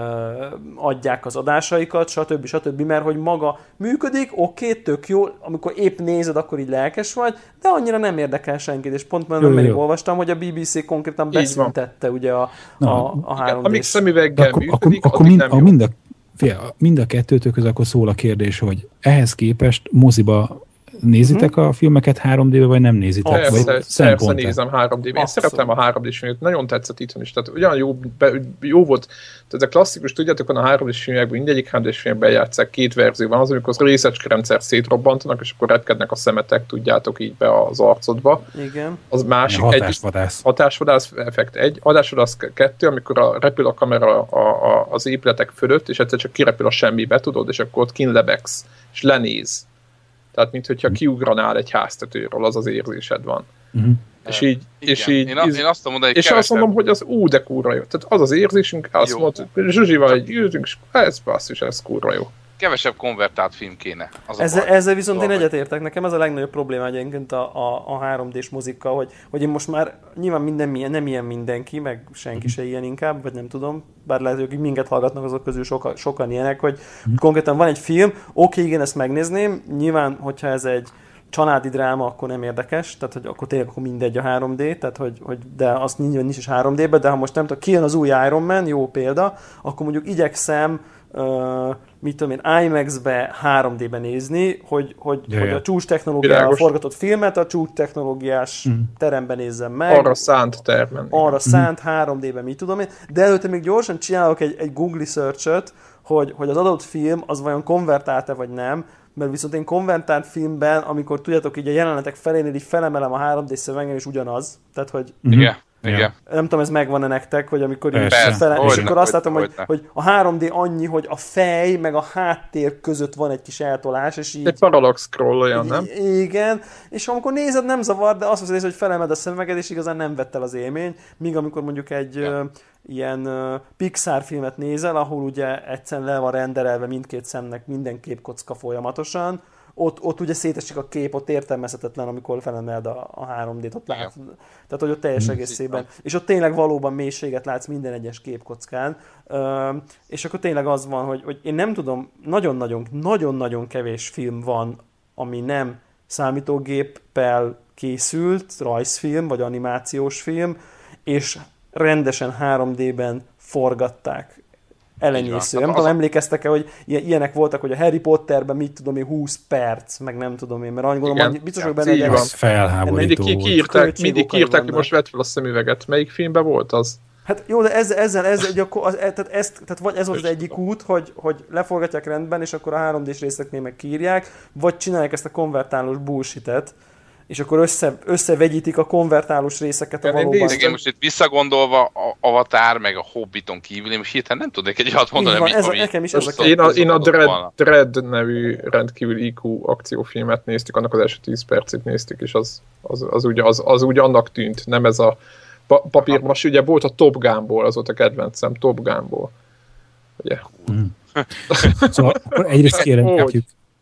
adják az adásaikat, stb. stb. Mert hogy maga működik, oké, tök jó, amikor épp nézed, akkor így lelkes vagy, de annyira nem érdekel senkit, és pont mert Jó, jó, nem jó. olvastam, hogy a bé bé cé konkrétan Így van. beszüntette ugye a, Na, a, a Igen, három amíg dés. De szemüveggel akkor, akkor, működik, akkor addig mind, nem a, jó. mind, a, fia, mind a kettőtök között akkor szól a kérdés, hogy ehhez képest moziba nézitek a filmeket három dé-be, vagy nem nézitek? Persze, vagy persze szempont-e? nézem három dé-ben. Én Abszolút. szeretem a három dés filmet, nagyon tetszett itthon is. Tehát olyan jó, be, jó volt, tehát ez a klasszikus, tudjátok, van a három dés filmekben, mindegyik három dés filmben játsszák, két verzió van, az, amikor az részecskerendszer szétrobbantanak, és akkor repkednek a szemetek, tudjátok, így be az arcodba. Igen. Az másik A egy hatásvadász. hatásvadász effekt egy, hatásvadász kettő, amikor a, repül a kamera a, a, az épületek fölött, és egyszer csak kirepül a semmibe, tudod, és akkor ott kinlebegsz, és lenéz. Tehát, mint hogyha kiugranál egy háztetőről, az az érzésed van. Uh-huh. És így, Igen. és így, én, a, én azt mondom, hogy és azt mondom, hogy az ú, de kurva jó. Tehát az az érzésünk, azt Jó. mondta, Zsuzsival egy ültünk, és ez basszus, ez kurva jó. kevesebb konvertált film kéne. Az a Ezzel, baj. ezzel viszont én Szóval, egyetértek. Nekem ez a legnagyobb probléma egyébként a, a, a három dés mozikkal, hogy, hogy én most már nyilván minden, milyen, nem ilyen mindenki, meg senki se ilyen inkább, vagy nem tudom, bár lehet, hogy minket hallgatnak azok közül soka, sokan ilyenek, hogy konkrétan van egy film, oké, igen, ezt megnézném, nyilván, hogyha ez egy családi dráma, akkor nem érdekes, tehát hogy akkor tényleg akkor mindegy a három dé, tehát hogy, hogy de azt nyilván nincs is három dé-be, de ha most nem tudom, kijön az új Iron Man, jó példa, akkor mondjuk igyekszem Uh, mit tudom én, IMAX-be három dé-be nézni, hogy, hogy, Ja, hogy ja. a csúcs technológiával Világos. forgatott filmet a csúcs technológiás Mm. teremben nézzem meg. Arra szánt termen. arra szánt három dé-ben, mit tudom én, de előtte még gyorsan csinálok egy, egy Google search-öt, hogy, hogy az adott film az vajon konvertált-e vagy nem, mert viszont én konvertált filmben, amikor tudjátok, így a jelenetek felénél így felemelem a három dé szövegen, és ugyanaz. Tehát, hogy Igen, Ja. igen. nem tudom, ez megvan-e nektek, hogy amikor így Persze. fele, és Hogyne, akkor azt hogyne, látom, hogy, hogyne. hogy a három dé annyi, hogy a fej meg a háttér között van egy kis eltolás, és így... Egy parallax scroll olyan, nem? Igen, és amikor nézed, nem zavar, de azt hiszed, hogy felemed a szemüveged, és igazán nem vett el az élmény, míg amikor mondjuk egy Ja. ö, ilyen ö, Pixar filmet nézel, ahol ugye egyszerűen le van rendelve mindkét szemnek minden képkocka folyamatosan, ott, ott ugye szétesik a kép, ott értelmezhetetlen, amikor felemeld a, a három dét, ott látsz. Tehát, hogy ott teljes egészében. És ott tényleg valóban mélységet látsz minden egyes képkockán. Ö, és akkor tényleg az van, hogy, hogy én nem tudom, nagyon-nagyon, nagyon-nagyon kevés film van, ami nem számítógéppel készült, rajzfilm, vagy animációs film, és rendesen három dé-ben forgatták. Elenyésző. Így van. Nem Hát tudom, az a- emlékeztek-e, hogy ilyenek voltak, hogy a Harry Potterben mit tudom én, húsz perc, meg nem tudom én, mert annyi gondolom, Igen. hogy biztos, hogy Ja, benne így egy van. Az felháborító Mindig ki, volt. kiírták, mindig Költségokai kiírták, hogy vannak. most vett fel a szemüveget. Melyik filmben volt az? Hát jó, de ezzel, ezzel, ezzel gyakor, az, tehát, ezt, tehát vagy ez volt az egyik út, hogy, hogy leforgatják rendben, és akkor a három dés részeknél meg kiírják, vagy csinálják ezt a konvertálós bullshit-et, és akkor össze, összevegyítik a konvertálós részeket a Igen, én valóban. néztem. Igen, most itt visszagondolva a Avatar, meg a Hobbiton kívül, én most hirtelen nem tudnék egy olyat mondani, Így van, ami, ez a- ami nekem is ez a össze- kérdés. Én a, én a összeadott Dread, volna. Dread nevű rendkívül í kú akciófilmet néztük, annak az első tíz percét néztük, és az, az, az, úgy, az, az úgy annak tűnt, nem ez a pa- papírmas, ugye volt a Top Gunból, az volt a kedvencem, Top Gunból. Ugye? Szóval akkor egyrészt kérem, Hogy? rakjuk,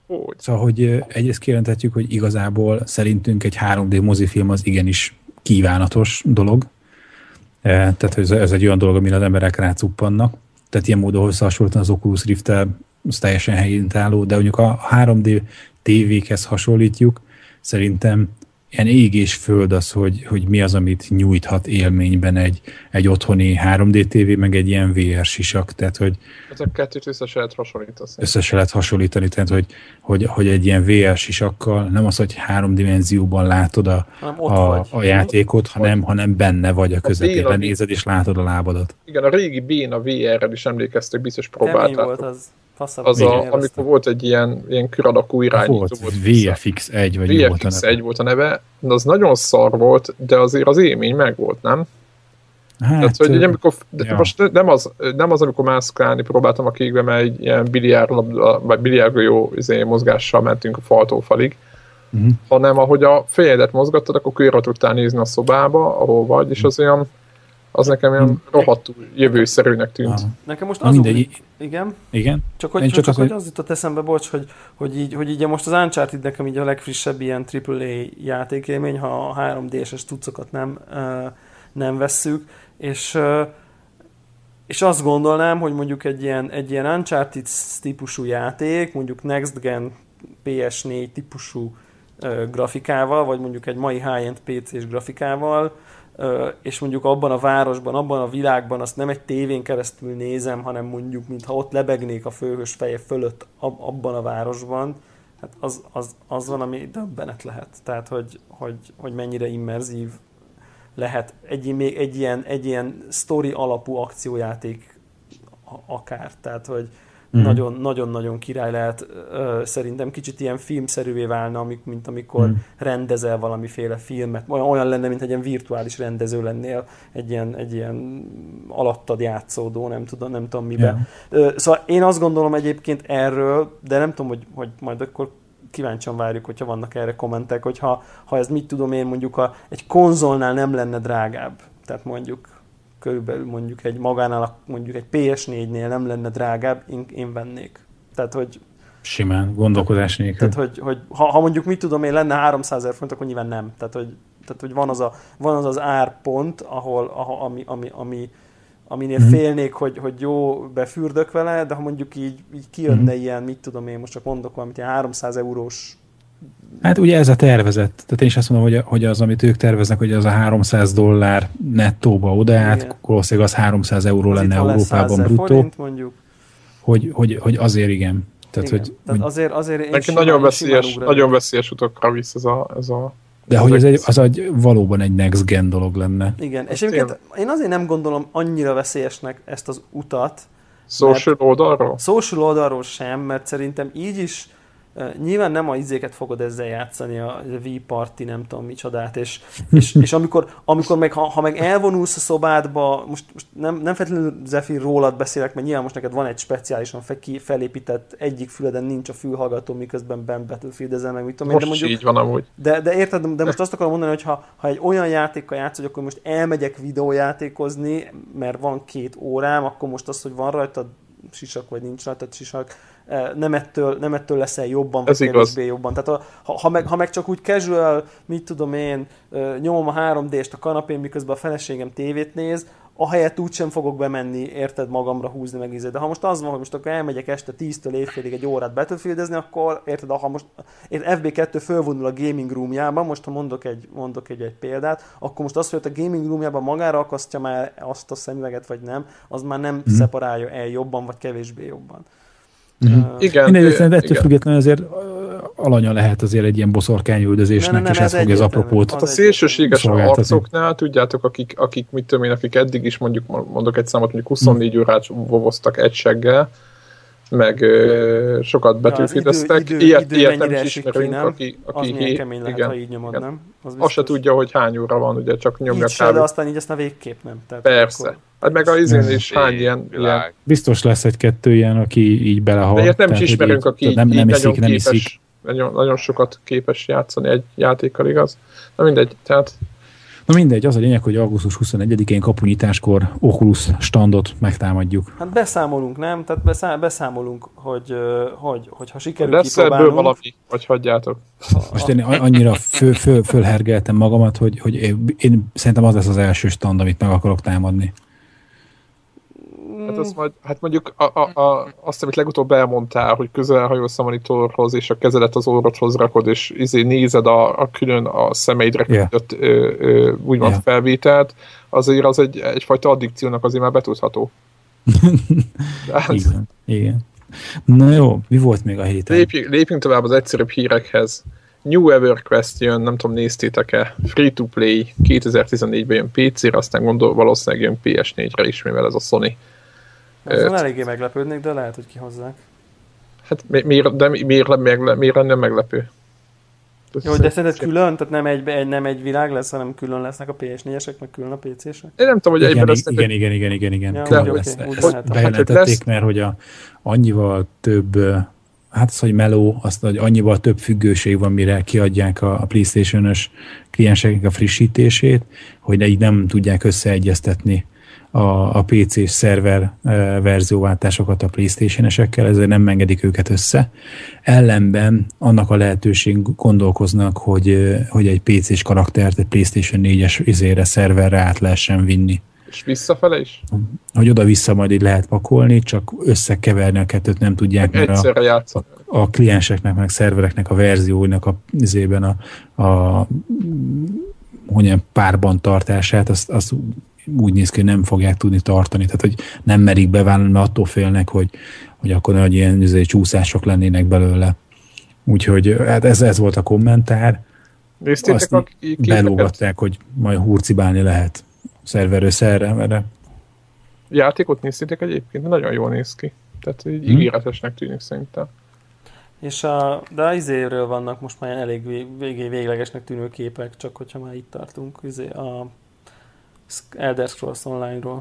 Hogy? Szóval, hogy egyrészt kijelentetjük, hogy igazából szerintünk egy három dé mozifilm az igenis kívánatos dolog. Tehát ez, ez egy olyan dolog, amire az emberek rácuppannak. Tehát ilyen módon összehasonlítani az Oculus Rift-tel, az teljesen helyén álló, de mondjuk a három dé tévékhez hasonlítjuk, szerintem ilyen ég és föld az, hogy, hogy mi az, amit nyújthat élményben egy, egy otthoni három dé tévé, meg egy ilyen vé er sisak, tehát hogy ezek kettőt össze se lehet hasonlítani. Össze se lehet hasonlítani, tehát hogy, hogy, hogy egy ilyen vé er sisakkal nem az, hogy három dimenzióban látod a, a, a játékot, hanem, hanem benne vagy a közepében nézed, és látod a lábadat. Igen, a régi Béna vé er-rel is emlékeztek, biztos próbáltátok. volt az. Az a, amikor volt egy ilyen, ilyen küradakú irányító. Volt, volt vé ef iksz egy, vagy vé ef iksz egy volt a neve, de az nagyon szar volt, de azért az élmény megvolt, nem? Hát, tehát, hogy amikor, ja. Most nem az, nem az, amikor mászkálni próbáltam a kékbe, mert egy ilyen biliárdlabda, vagy biliárdgolyó izé, mozgással mentünk a faltól falig, uh-huh. hanem ahogy a fejedet mozgattad, akkor körre tudtál nézni a szobába, ahol vagy, és az olyan az nekem olyan rohadtul jövőszerűnek tűnt. Aha. Nekem most az úgy, igen. Igen. Csak hogy, csak csak az, hogy az jutott eszembe, bocs, hogy, hogy, így, hogy így most az Uncharted nekem így a legfrissebb ilyen á á á játékélmény, ha a három dé-es cuccokat nem, uh, nem vesszük, és, uh, és azt gondolnám, hogy mondjuk egy ilyen, egy ilyen Uncharted típusú játék, mondjuk Next Gen pé es négy típusú uh, grafikával, vagy mondjuk egy mai high-end pé cés grafikával, és mondjuk abban a városban, abban a világban azt nem egy tévén keresztül nézem, hanem mondjuk, mintha ott lebegnék a főhős feje fölött abban a városban, hát az, az, az van, ami döbbenet lehet. Tehát, hogy, hogy, hogy mennyire immerzív lehet egy, még egy ilyen, egy ilyen sztori alapú akciójáték akár. Tehát, hogy nagyon-nagyon-nagyon mm. király lehet, ö, szerintem kicsit ilyen filmszerűvé válna, amik, mint amikor mm. rendezel valamiféle filmet. Olyan, olyan lenne, mint egy ilyen virtuális rendező lennél, egy ilyen, egy ilyen alattad játszódó, nem tudom, nem tudom miben. Yeah. Ö, szóval én azt gondolom egyébként erről, de nem tudom, hogy, hogy majd akkor kíváncsian várjuk, hogyha vannak erre kommentek, hogyha ha ez mit tudom én mondjuk a, egy konzolnál nem lenne drágább. Tehát mondjuk körülbelül mondjuk egy magánál, mondjuk egy pé es négynél nem lenne drágább, én, én vennék. Tehát, hogy... Simán, gondolkodás nélkül. Tehát, hogy, hogy ha, ha mondjuk mit tudom én, lenne háromszázezer forint, akkor nyilván nem. Tehát, hogy, tehát, hogy van, az a, van az az árpont, ahol, ahol ami, ami, ami, aminél mm-hmm. félnék, hogy, hogy jó, befürdök vele, de ha mondjuk így, így kijönne mm-hmm. ilyen, mit tudom én, most csak mondok valamit, ilyen háromszáz eurós. Hát ugye ez a tervezet. Tehát én is azt mondom, hogy, hogy az, amit ők terveznek, hogy az a háromszáz dollár nettóba odaállt, akkor valószínűleg az háromszáz euró az lenne Európában bruttó. Forint, mondjuk. Hogy, hogy, hogy azért igen. Tehát, igen. Hogy, Tehát hogy azért, azért én neki simán, nagyon veszélyes, nagyon veszélyes utakra visz ez a... Ez a de hogy ez egy, az egy, valóban egy next gen dolog lenne. Igen, és egyébként én azért nem gondolom annyira veszélyesnek ezt az utat. Social oldalról? Social oldalról sem, mert szerintem így is Uh, nyilván nem a izéket fogod ezzel játszani, a V-party, nem tudom micsodát, és, és, és amikor, amikor meg, ha, ha meg elvonulsz a szobádba, most, most nem, nem feltétlenül Zephyr rólad beszélek, mert nyilván most neked van egy speciálisan felépített, egyik füleden nincs a fülhallgató, miközben benn Battlefield-ezel meg mit tudom én. Most de mondjuk, így van amúgy. De, de érted, de most azt akarom mondani, hogy ha, ha egy olyan játékkal játsz, hogy akkor most elmegyek videójátékozni, mert van két órám, akkor most az, hogy van rajtad sisak, vagy nincs rajtad sisak, nem ettől, nem ettől leszel jobban, vagy kevésbé jobban. Tehát ha, ha, meg, ha meg csak úgy casual, mit tudom én, nyomom a három dé-st a kanapén, miközben a feleségem tévét néz, ahelyett úgysem fogok bemenni, érted, magamra húzni meg ízét. De ha most az van, hogy most akkor elmegyek este tíztől éjfélig egy órát Battlefieldezni, akkor érted, ha most ef bé kettő fölvonul a gaming roomjában, most ha mondok egy, mondok egy, egy példát, akkor most az, hogy a gaming roomjában magára akasztja már azt a szemüveget, vagy nem, az már nem mm. szeparálja el jobban, vagy kevésbé jobban. Mm-hmm. Uh, igen, én egyébként ettől igen. függetlenül azért alanya lehet azért egy ilyen boszorkányüldözésnek, ne, ne, és ez, ez fogja az apropót. Hát a szélsőséges arcoknál, tudjátok, akik, akik, mit tudom én, akik eddig is mondjuk, mondok egy számot, mondjuk huszonnégy órát vovoztak egy seggel, meg ö, sokat betűfideztek. Ja, idő, ilyet, idő ilyet nem is ismerünk, aki, aki az milyen kemény lehet, igen, ha így nyomod, igen. Nem? Az azt se tudja, hogy hány óra van, ugye csak nyomja így se, de aztán így aztán végképp nem. Tehát persze. Akkor... Hát meg a izén is hány ilyen, ilyen... Biztos lesz egy-kettő ilyen, aki így belehal. De ilyet nem is ismerünk, aki így, nem, nem így iszik, nagyon nem képes, iszik. Nagyon, nagyon sokat képes játszani egy játékkal, igaz? Na mindegy, tehát... Na mindegy, az a lényeg, hogy augusztus huszonegyedikén kapunyításkor Oculus standot megtámadjuk. Hát beszámolunk, nem? Tehát beszá- beszámolunk, hogy, hogy, hogy ha sikerül lesz kipróbálnunk... ebből valami, vagy hagyjátok. Most én annyira föl, föl, fölhergeltem magamat, hogy, hogy én, én szerintem az lesz az első stand, amit meg akarok támadni. Hát, azt majd, hát mondjuk a, a, a, azt, amit legutóbb elmondtál, hogy közel hajolsz a monitorhoz, és a kezedet az orrodhoz rakod, és izé nézed a, a külön a szemeidre küldött yeah. úgymond yeah. felvételt, azért az egy, egyfajta addikciónak azért már betudható. Hát, igen, igen. Na jó, mi volt még a héten? Lépjünk, lépjünk tovább az egyszerűbb hírekhez. New EverQuest jön, nem tudom, néztétek-e, free-to-play, kétezer-tizennégyben jön pé cére, aztán gondol valószínűleg jön pé es négyre is, mivel ez a Sony. Ezen eléggé meglepődnék, de lehet, hogy kihozzák. Hát mi, miért, de mi, miért, miért, miért lenne meglepő? Jó, de szerinted külön? Tehát nem egy, egy, nem egy világ lesz, hanem külön lesznek a pé es négyesek, meg külön a pé cések? Én nem tudom, hogy igen, egyben lesznek. Igen, igen, igen, igen, igen. Ja, külön okay, lesz. okay, Ezt bejelentették, mert hogy a, annyival több, hát az, hogy meló, azt, hogy annyival több függőség van, mire kiadják a, a PlayStation-ös klienseknek a frissítését, hogy így nem tudják összeegyeztetni a, a pé cés szerver e, verzióváltásokat a PlayStation-esekkel, ezért nem engedik őket össze. Ellenben annak a lehetőség gondolkoznak, hogy, hogy egy pé cés karaktert egy PlayStation négyes izére, szerverre át lehessen vinni. És visszafele is? Hogy oda-vissza majd így lehet pakolni, csak összekeverni a kettőt nem tudják, meg mert egyszerre a, a, a klienseknek, meg szervereknek a verzióinak a, izében a, a hogyan párban tartását, azt, azt úgy néz ki, hogy nem fogják tudni tartani, tehát hogy nem merik bevállalni, mert attól félnek, hogy, hogy akkor nagy ilyen üzé, csúszások lennének belőle. Úgyhogy hát ez, ez volt a kommentár. Néztétek azt a képeket? belógatták, hogy majd hurcibálni lehet szerverről szerre, mert játékot néztétek egyébként? Nagyon jól néz ki. Tehát így hmm. ígéretesnek tűnik szerintem. És a, de az izéről vannak most már elég vég, véglegesnek tűnő képek, csak hogyha már itt tartunk. Izé, a Elder Scrolls Online-ról.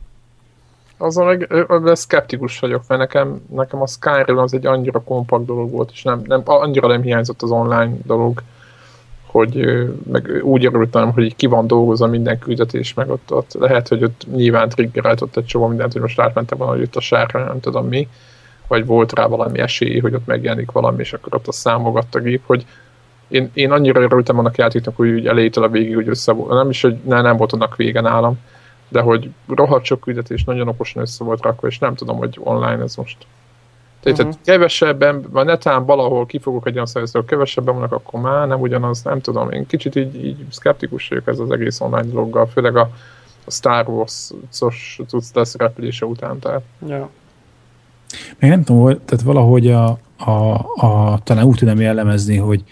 Azon meg szkeptikus vagyok, mert nekem, nekem a Skyrim az egy annyira kompakt dolog volt, és nem, nem, annyira nem hiányzott az online dolog, hogy meg úgy örültem, hogy ki van dolgozva minden küldetés, meg ott, ott lehet, hogy ott nyilván triggerelt ott egy csomó mindent, hogy most átmentem volna, hogy ott a sárra, nem tudom mi, vagy volt rá valami esély, hogy ott megjelenik valami, és akkor ott a számogatta a gép, hogy én, én annyira örültem annak játéknak, hogy úgy elejétől a végig úgy össze volt, nem is, hogy ne, nem volt annak vége nálam, de hogy rohadt sok küldetés nagyon okosan össze volt rakva, és nem tudom, hogy online ez most. Tehát uh-huh. kevesebben, már netán valahol kifogok egy olyan szervezetről, kevesebben vannak, akkor már nem ugyanaz, nem tudom. Én kicsit így, így szkeptikus vagyok ez az egész online dologgal, főleg a, a Star Wars-os cucc leszereplése után. Tehát. Ja. Még nem tudom, tehát valahogy a, a, a, talán úgy tudom jellemezni, hogy,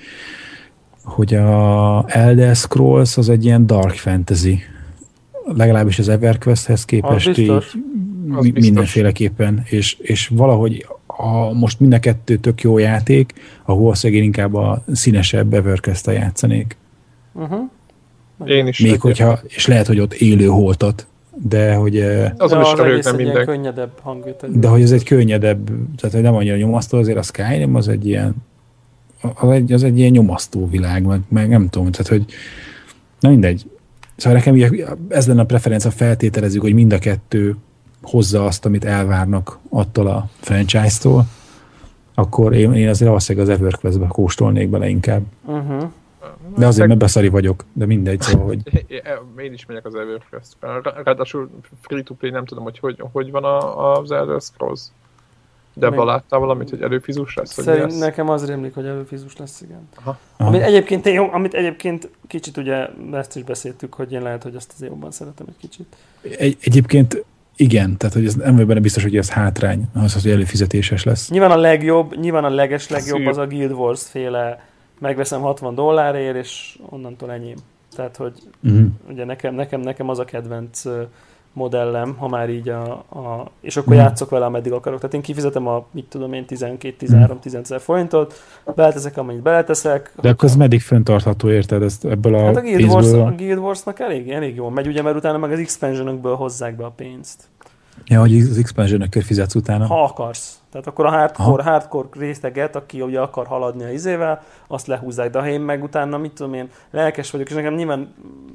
hogy a Elder Scrolls az egy ilyen dark fantasy. Legalábbis az EverQuesthez képest így mindenféleképpen, és, és valahogy a, most mind a kettő tök jó játék, ahol szegény inkább a színesebb EverQuest-tel játszanék. Uh-huh. Én is. Még hogyha, és lehet, hogy ott élő holtat, de hogy... Azon de is az egész egy minden. ilyen könnyedebb hangvétel. De hogy ez egy könnyedebb, tehát hogy nem annyira nyomasztó, azért a Skyrim az egy ilyen az egy, az egy ilyen nyomasztó világ, meg, meg nem tudom, tehát hogy na mindegy. Szóval nekem ugye ez lenne a preferencia, feltételezzük, hogy mind a kettő hozza azt, amit elvárnak attól a franchise-tól, akkor én, én azért valószínűleg az EverQuest-be kóstolnék bele inkább. Uh-huh. De azért, mert beszari vagyok, de mindegy, szóval, hogy... Én is megyek az EverQuest-be. Ráadásul free-to-play nem tudom, hogy hogy, hogy van a, az Elder Scrolls. De ebben láttál valamit, hogy előfizus lesz? Szerint nekem az rémlik, hogy előfizus lesz, igen. Aha. Amit egyébként, jó, amit egyébként kicsit ugye, ezt is beszéltük, hogy én lehet, hogy azt azért jobban szeretem egy kicsit. Egy, egyébként igen, tehát hogy ez nem vagy benne biztos, hogy ez hátrány, az, hogy előfizetéses lesz. Nyilván a legjobb, nyilván a leges legjobb az a Guild Wars féle, megveszem hatvan dollárért, és onnantól enyém. Tehát, hogy uh-huh. ugye nekem, nekem, nekem az a kedvenc modellem, ha már így a, a és akkor hmm. játszok vele, ameddig akarok. Tehát én kifizetem a, mit tudom én, tizenkét, tizenhárom, tizenezer forintot, beleteszek, amennyit beleteszek. De akkor ez meddig fenntartható, érted? Ezt ebből a, hát a Guild Wars, a Guild Warsnak elég, elég jól megy, ugye, mert utána meg az expansionokből hozzák be a pénzt. Ja, hogy az expansionokért fizetsz utána. Ha akarsz. Tehát akkor a hardcore, hardcore részeget, aki ugye akar haladni a izével, azt lehúzzák. De ha én meg utána, mit tudom én, lelkes vagyok, és nekem nyilván,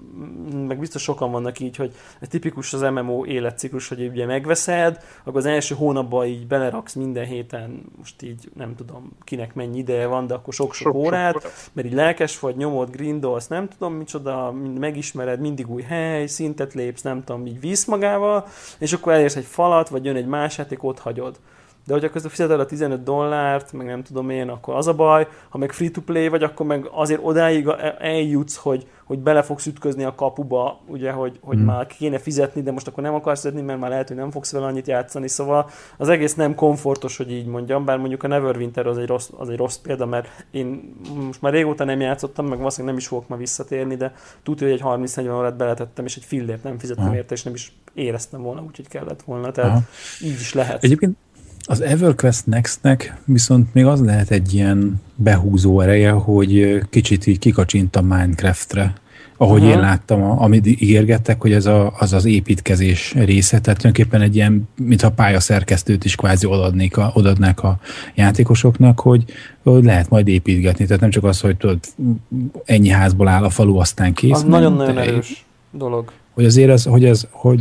meg biztos sokan vannak így, hogy ez tipikus az em em o életciklus, hogy ugye megveszed, akkor az első hónapban így beleraksz minden héten, most így nem tudom kinek mennyi ideje van, de akkor sok-sok Sok, órát, sok. mert így lelkes vagy, nyomod, grindolsz, nem tudom micsoda, megismered, mindig új hely, szintet lépsz, nem tudom, így visz magával, és akkor elérsz egy falat, vagy jön egy más játék, ott hagyod. De hogyha közben fizeted a tizenöt dollárt, meg nem tudom én, akkor az a baj, ha meg free-to-play vagy, akkor meg azért odáig eljutsz, hogy, hogy bele fogsz ütközni a kapuba, ugye, hogy, hogy hmm. már kéne fizetni, de most akkor nem akarsz fizetni, mert már lehet, hogy nem fogsz vele annyit játszani, szóval az egész nem komfortos, hogy így mondjam, bár mondjuk a Neverwinter az egy rossz, az egy rossz példa, mert én most már régóta nem játszottam, meg valószínűleg nem is fogok ma visszatérni, de tudja, hogy egy harminc-negyven órát beletettem, és egy fillért nem fizettem Aha. érte, és nem is éreztem volna, úgyhogy kellett volna, tehát Aha. így is lehet. Egyébként az EverQuest Next-nek viszont még az lehet egy ilyen behúzó ereje, hogy kicsit így kikacsint a Minecraftre. Ahogy uh-huh. én láttam, amit ígérgettek, hogy ez a, az az építkezés része, tehát tulajdonképpen egy ilyen, mintha pályaszerkesztőt is kvázi odadnék a, odadnák a játékosoknak, hogy, hogy lehet majd építgetni. Tehát nem csak az, hogy tudod, ennyi házból áll a falu, aztán kész. Az nagyon-nagyon erős dolog. Hogy azért ez, hogy ez, hogy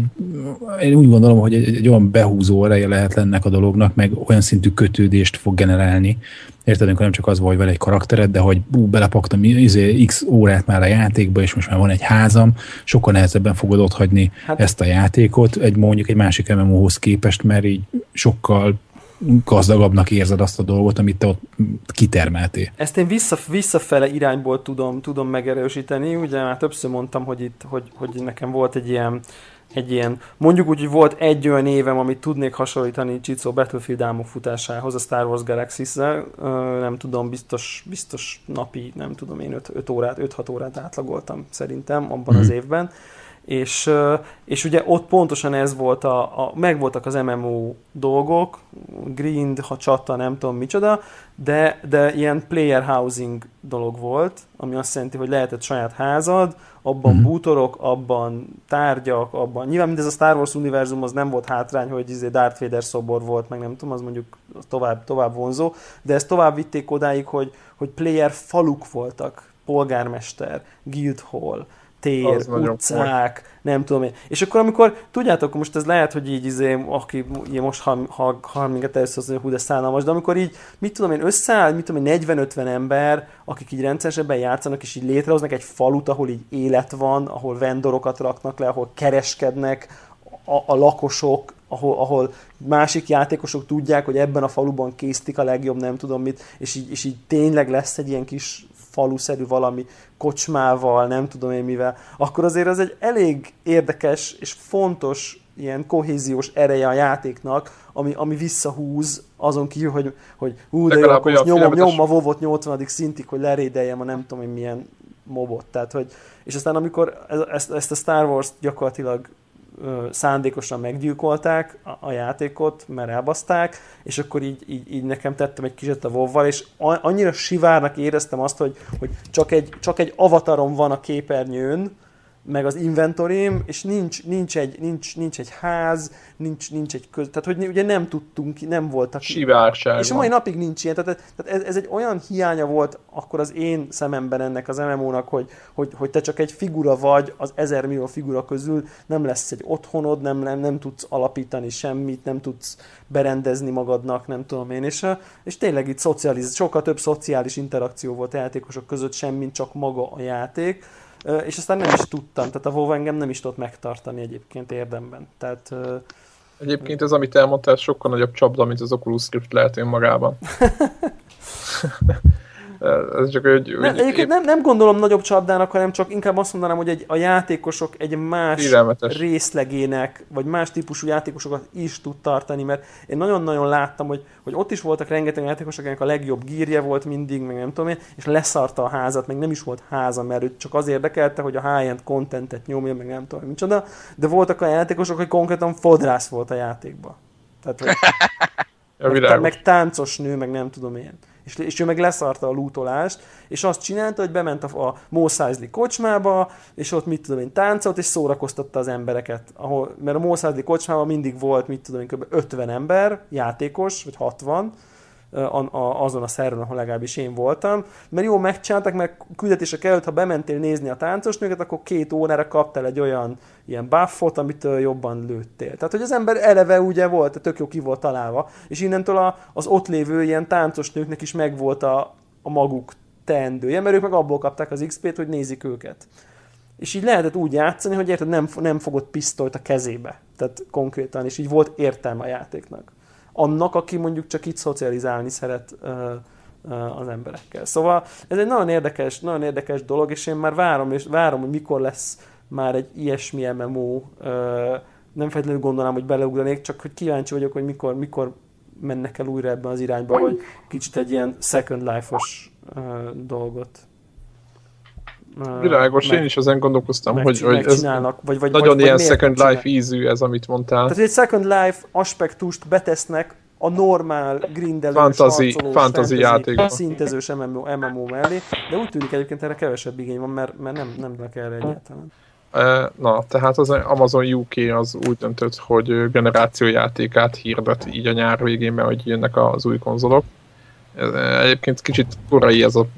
én úgy gondolom, hogy egy, egy olyan behúzó ereje lehet ennek a dolognak, meg olyan szintű kötődést fog generálni. Érted, amikor nem csak az volt, hogy vele egy karaktered, de hogy ú, belepaktam izé, x órát már a játékba, és most már van egy házam, sokkal nehezebben fogod otthagyni hát, ezt a játékot, egy mondjuk egy másik em em o-hoz képest, mert így sokkal gazdagabbnak érzed azt a dolgot, amit te ott kitermeltél. Ezt én vissza, visszafele irányból tudom, tudom megerősíteni. Ugye már többször mondtam, hogy itt, hogy, hogy nekem volt egy ilyen, egy ilyen, mondjuk úgy, hogy volt egy olyan évem, amit tudnék hasonlítani Csicó Battlefield álmok futásához, a Star Wars Galaxies-zel. Nem tudom, biztos, biztos napi, nem tudom én, öt órát, öt-hat órát átlagoltam szerintem abban hmm. az évben. És, és ugye ott pontosan ez volt, a, a, megvoltak az em em o dolgok, grind, ha csata, nem tudom micsoda, de, de ilyen player housing dolog volt, ami azt jelenti, hogy lehetett saját házad, abban uh-huh. bútorok, abban tárgyak, abban... Nyilván mindez a Star Wars univerzum az nem volt hátrány, hogy izé Darth Vader szobor volt, meg nem tudom, az mondjuk tovább, tovább vonzó, de ezt tovább vitték odáig, hogy, hogy player faluk voltak, polgármester, guildhall, tér, utcák, nem tudom én. És akkor amikor, tudjátok, most ez lehet, hogy így izé, aki most hall, hall, hall minket először az, hogy hú, de szánalmas, de amikor így, mit tudom én, összeáll, mit tudom én, negyven-ötven ember, akik így rendszeresebben játszanak, és így létrehoznak egy falut, ahol így élet van, ahol vendorokat raknak le, ahol kereskednek a, a lakosok, ahol, ahol másik játékosok tudják, hogy ebben a faluban készítik a legjobb, nem tudom mit, és így, és így tényleg lesz egy ilyen kis faluszerű valami kocsmával, nem tudom én mivel, akkor azért ez egy elég érdekes és fontos ilyen kohéziós ereje a játéknak, ami, ami visszahúz azon kívül, hogy, hogy hú, de jó, akkor most nyomom, nyomom a WoW-ot nyolcvanadik szintig, hogy lerédeljem a nem tudom én milyen mobot. Tehát, hogy, és aztán amikor ezt, ezt a Star Wars gyakorlatilag szándékosan meggyilkolták a, a játékot, mert elbaszták, és akkor így, így, így nekem tettem egy kicsit a WoW-val, és annyira sivárnak éreztem azt, hogy, hogy csak, egy, csak egy avatarom van a képernyőn, meg az inventorim, és nincs, nincs, egy, nincs, nincs egy ház, nincs, nincs egy köz... Tehát, hogy ugye nem tudtunk, nem voltak... Sivárság. És a mai napig nincs ilyen. Tehát, tehát ez, ez egy olyan hiánya volt akkor az én szememben ennek az em em o-nak, hogy, hogy, hogy te csak egy figura vagy az ezer millió figura közül, nem lesz egy otthonod, nem, nem, nem tudsz alapítani semmit, nem tudsz berendezni magadnak, nem tudom én. És, és tényleg itt szocializ, sokkal több szociális interakció volt a játékosok között, semmint csak maga a játék. És aztán nem is tudtam, tehát a WoW engem nem is tudott megtartani egyébként érdemben. Tehát, egyébként ez, amit elmondtál, sokkal nagyobb csapda, mint az Oculus Rift lehet önmagában. Ez csak egy, nem, egy, épp... nem, nem gondolom nagyobb csapdának, hanem csak inkább azt mondanám, hogy egy, a játékosok egy más Félelmetes. részlegének, vagy más típusú játékosokat is tud tartani, mert én nagyon-nagyon láttam, hogy, hogy ott is voltak rengeteg játékosok, akinek a legjobb gírje volt mindig, meg nem tudom én, és leszarta a házat, meg nem is volt háza, mert őt csak az érdekelte, hogy a high-end contentet nyomja, meg nem tudom, micsoda, de voltak a játékosok, hogy konkrétan fodrász volt a játékban. Tehát, hogy... Ja, meg, tá- meg táncos nő, meg nem tudom én. És, és ő meg leszarta a lootolást, és azt csinálta, hogy bement a, a Mos Eisley kocsmába, és ott mit tudom én táncolt, és szórakoztatta az embereket. Ahol, mert a Mos Eisley kocsmában mindig volt, mit tudom én, kb. ötven ember, játékos, vagy hatvan, a, a, azon a szerven, ahol legalábbis én voltam, mert jó megcsináltak, mert küldetések előtt, ha bementél nézni a táncosnőket, akkor két órára kaptál egy olyan ilyen buffot, amitől jobban lőttél. Tehát, hogy az ember eleve ugye volt, tök jó ki volt találva, és innentől a, az ott lévő ilyen táncosnőknek is megvolt a, a maguk teendője, mert ők meg abból kapták az iksz pét, hogy nézik őket. És így lehetett úgy játszani, hogy érted, nem, nem fogott pisztolyt a kezébe. Tehát konkrétan, és így volt értelme a játéknak. Annak, aki mondjuk csak itt szocializálni szeret uh, uh, az emberekkel. Szóval ez egy nagyon érdekes, nagyon érdekes dolog, és én már várom, és várom, hogy mikor lesz már egy ilyesmi em em o. Uh, nem feltétlenül gondolom, hogy beleugranék, csak hogy kíváncsi vagyok, hogy mikor, mikor mennek el újra ebben az irányba, hogy kicsit egy ilyen Second Life-os uh, dolgot. Uh, Világos, meg, én is ezen gondolkoztam, hogy, hogy ez vagy, vagy, nagyon vagy, ilyen vagy Second Life ízű ez, amit mondtál. Tehát egy Second Life aspektust betesznek a normál grindelős, fantasy, harcolós, fantasy játékban, szintezős em em o, em em o mellé, de úgy tűnik egyébként erre kevesebb igény van, mert, mert nem, nem tudnak erre egyáltalán. Na, tehát az Amazon u ká az úgy döntött, hogy generációjátékát hirdet így a nyár végén, mert hogy jönnek az új konzolok. Egyébként kicsit korai ez a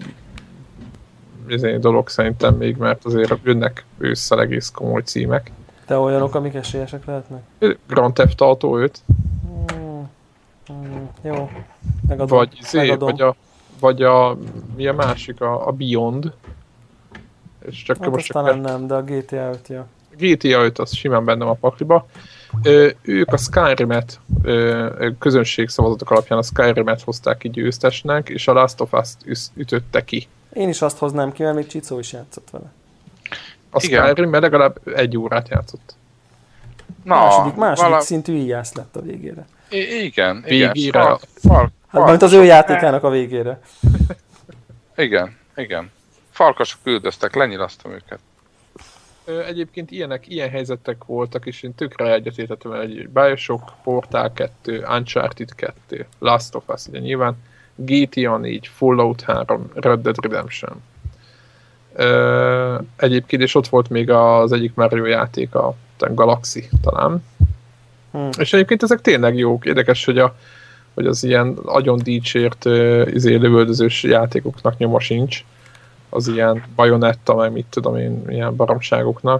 dolog szerintem még, mert azért jönnek ősszel egész komoly címek. De olyanok, amik esélyesek lehetnek? Grand Theft Auto öt. Hmm. Hmm. Jó, megadom. Vagy, zé, megadom. vagy, a, vagy a, mi a másik, a, a Beyond. És csak hát most talán nem, de a gé té á öt, ja. gé té á öt az simán bennem a pakliba. Ö, ők a Skyrim-et, ö, közönségszavazatok alapján a Skyrim-et hozták ki győztesnek, és a Last of Us-t ütötte ki. Én is azt hoznám ki, mert még Csicó is játszott vele. A Skyrim, mert legalább egy órát játszott. Na, második második vala... szintű íjász lett a végére. I- igen, végére. igen. Fal, fal, hát majd az ő játékának a végére. Igen, igen. Farkasok üldöztek, lenyilasztam őket. Egyébként ilyenek, ilyen helyzetek voltak, és én tökre egyetértettem, egy Bioshock, Portal kettő, Uncharted kettő, Last of Us, ugye nyilván, gé té á négy, Fallout három, Red Dead Redemption. Egyébként, és ott volt még az egyik Mario játék, a Galaxy talán. Hmm. És egyébként ezek tényleg jók. Érdekes, hogy, a, hogy az ilyen agyon dicsért izé, lövöldözős játékoknak nyoma sincs. Az ilyen Bayonetta, meg mit tudom én, ilyen baromságoknak.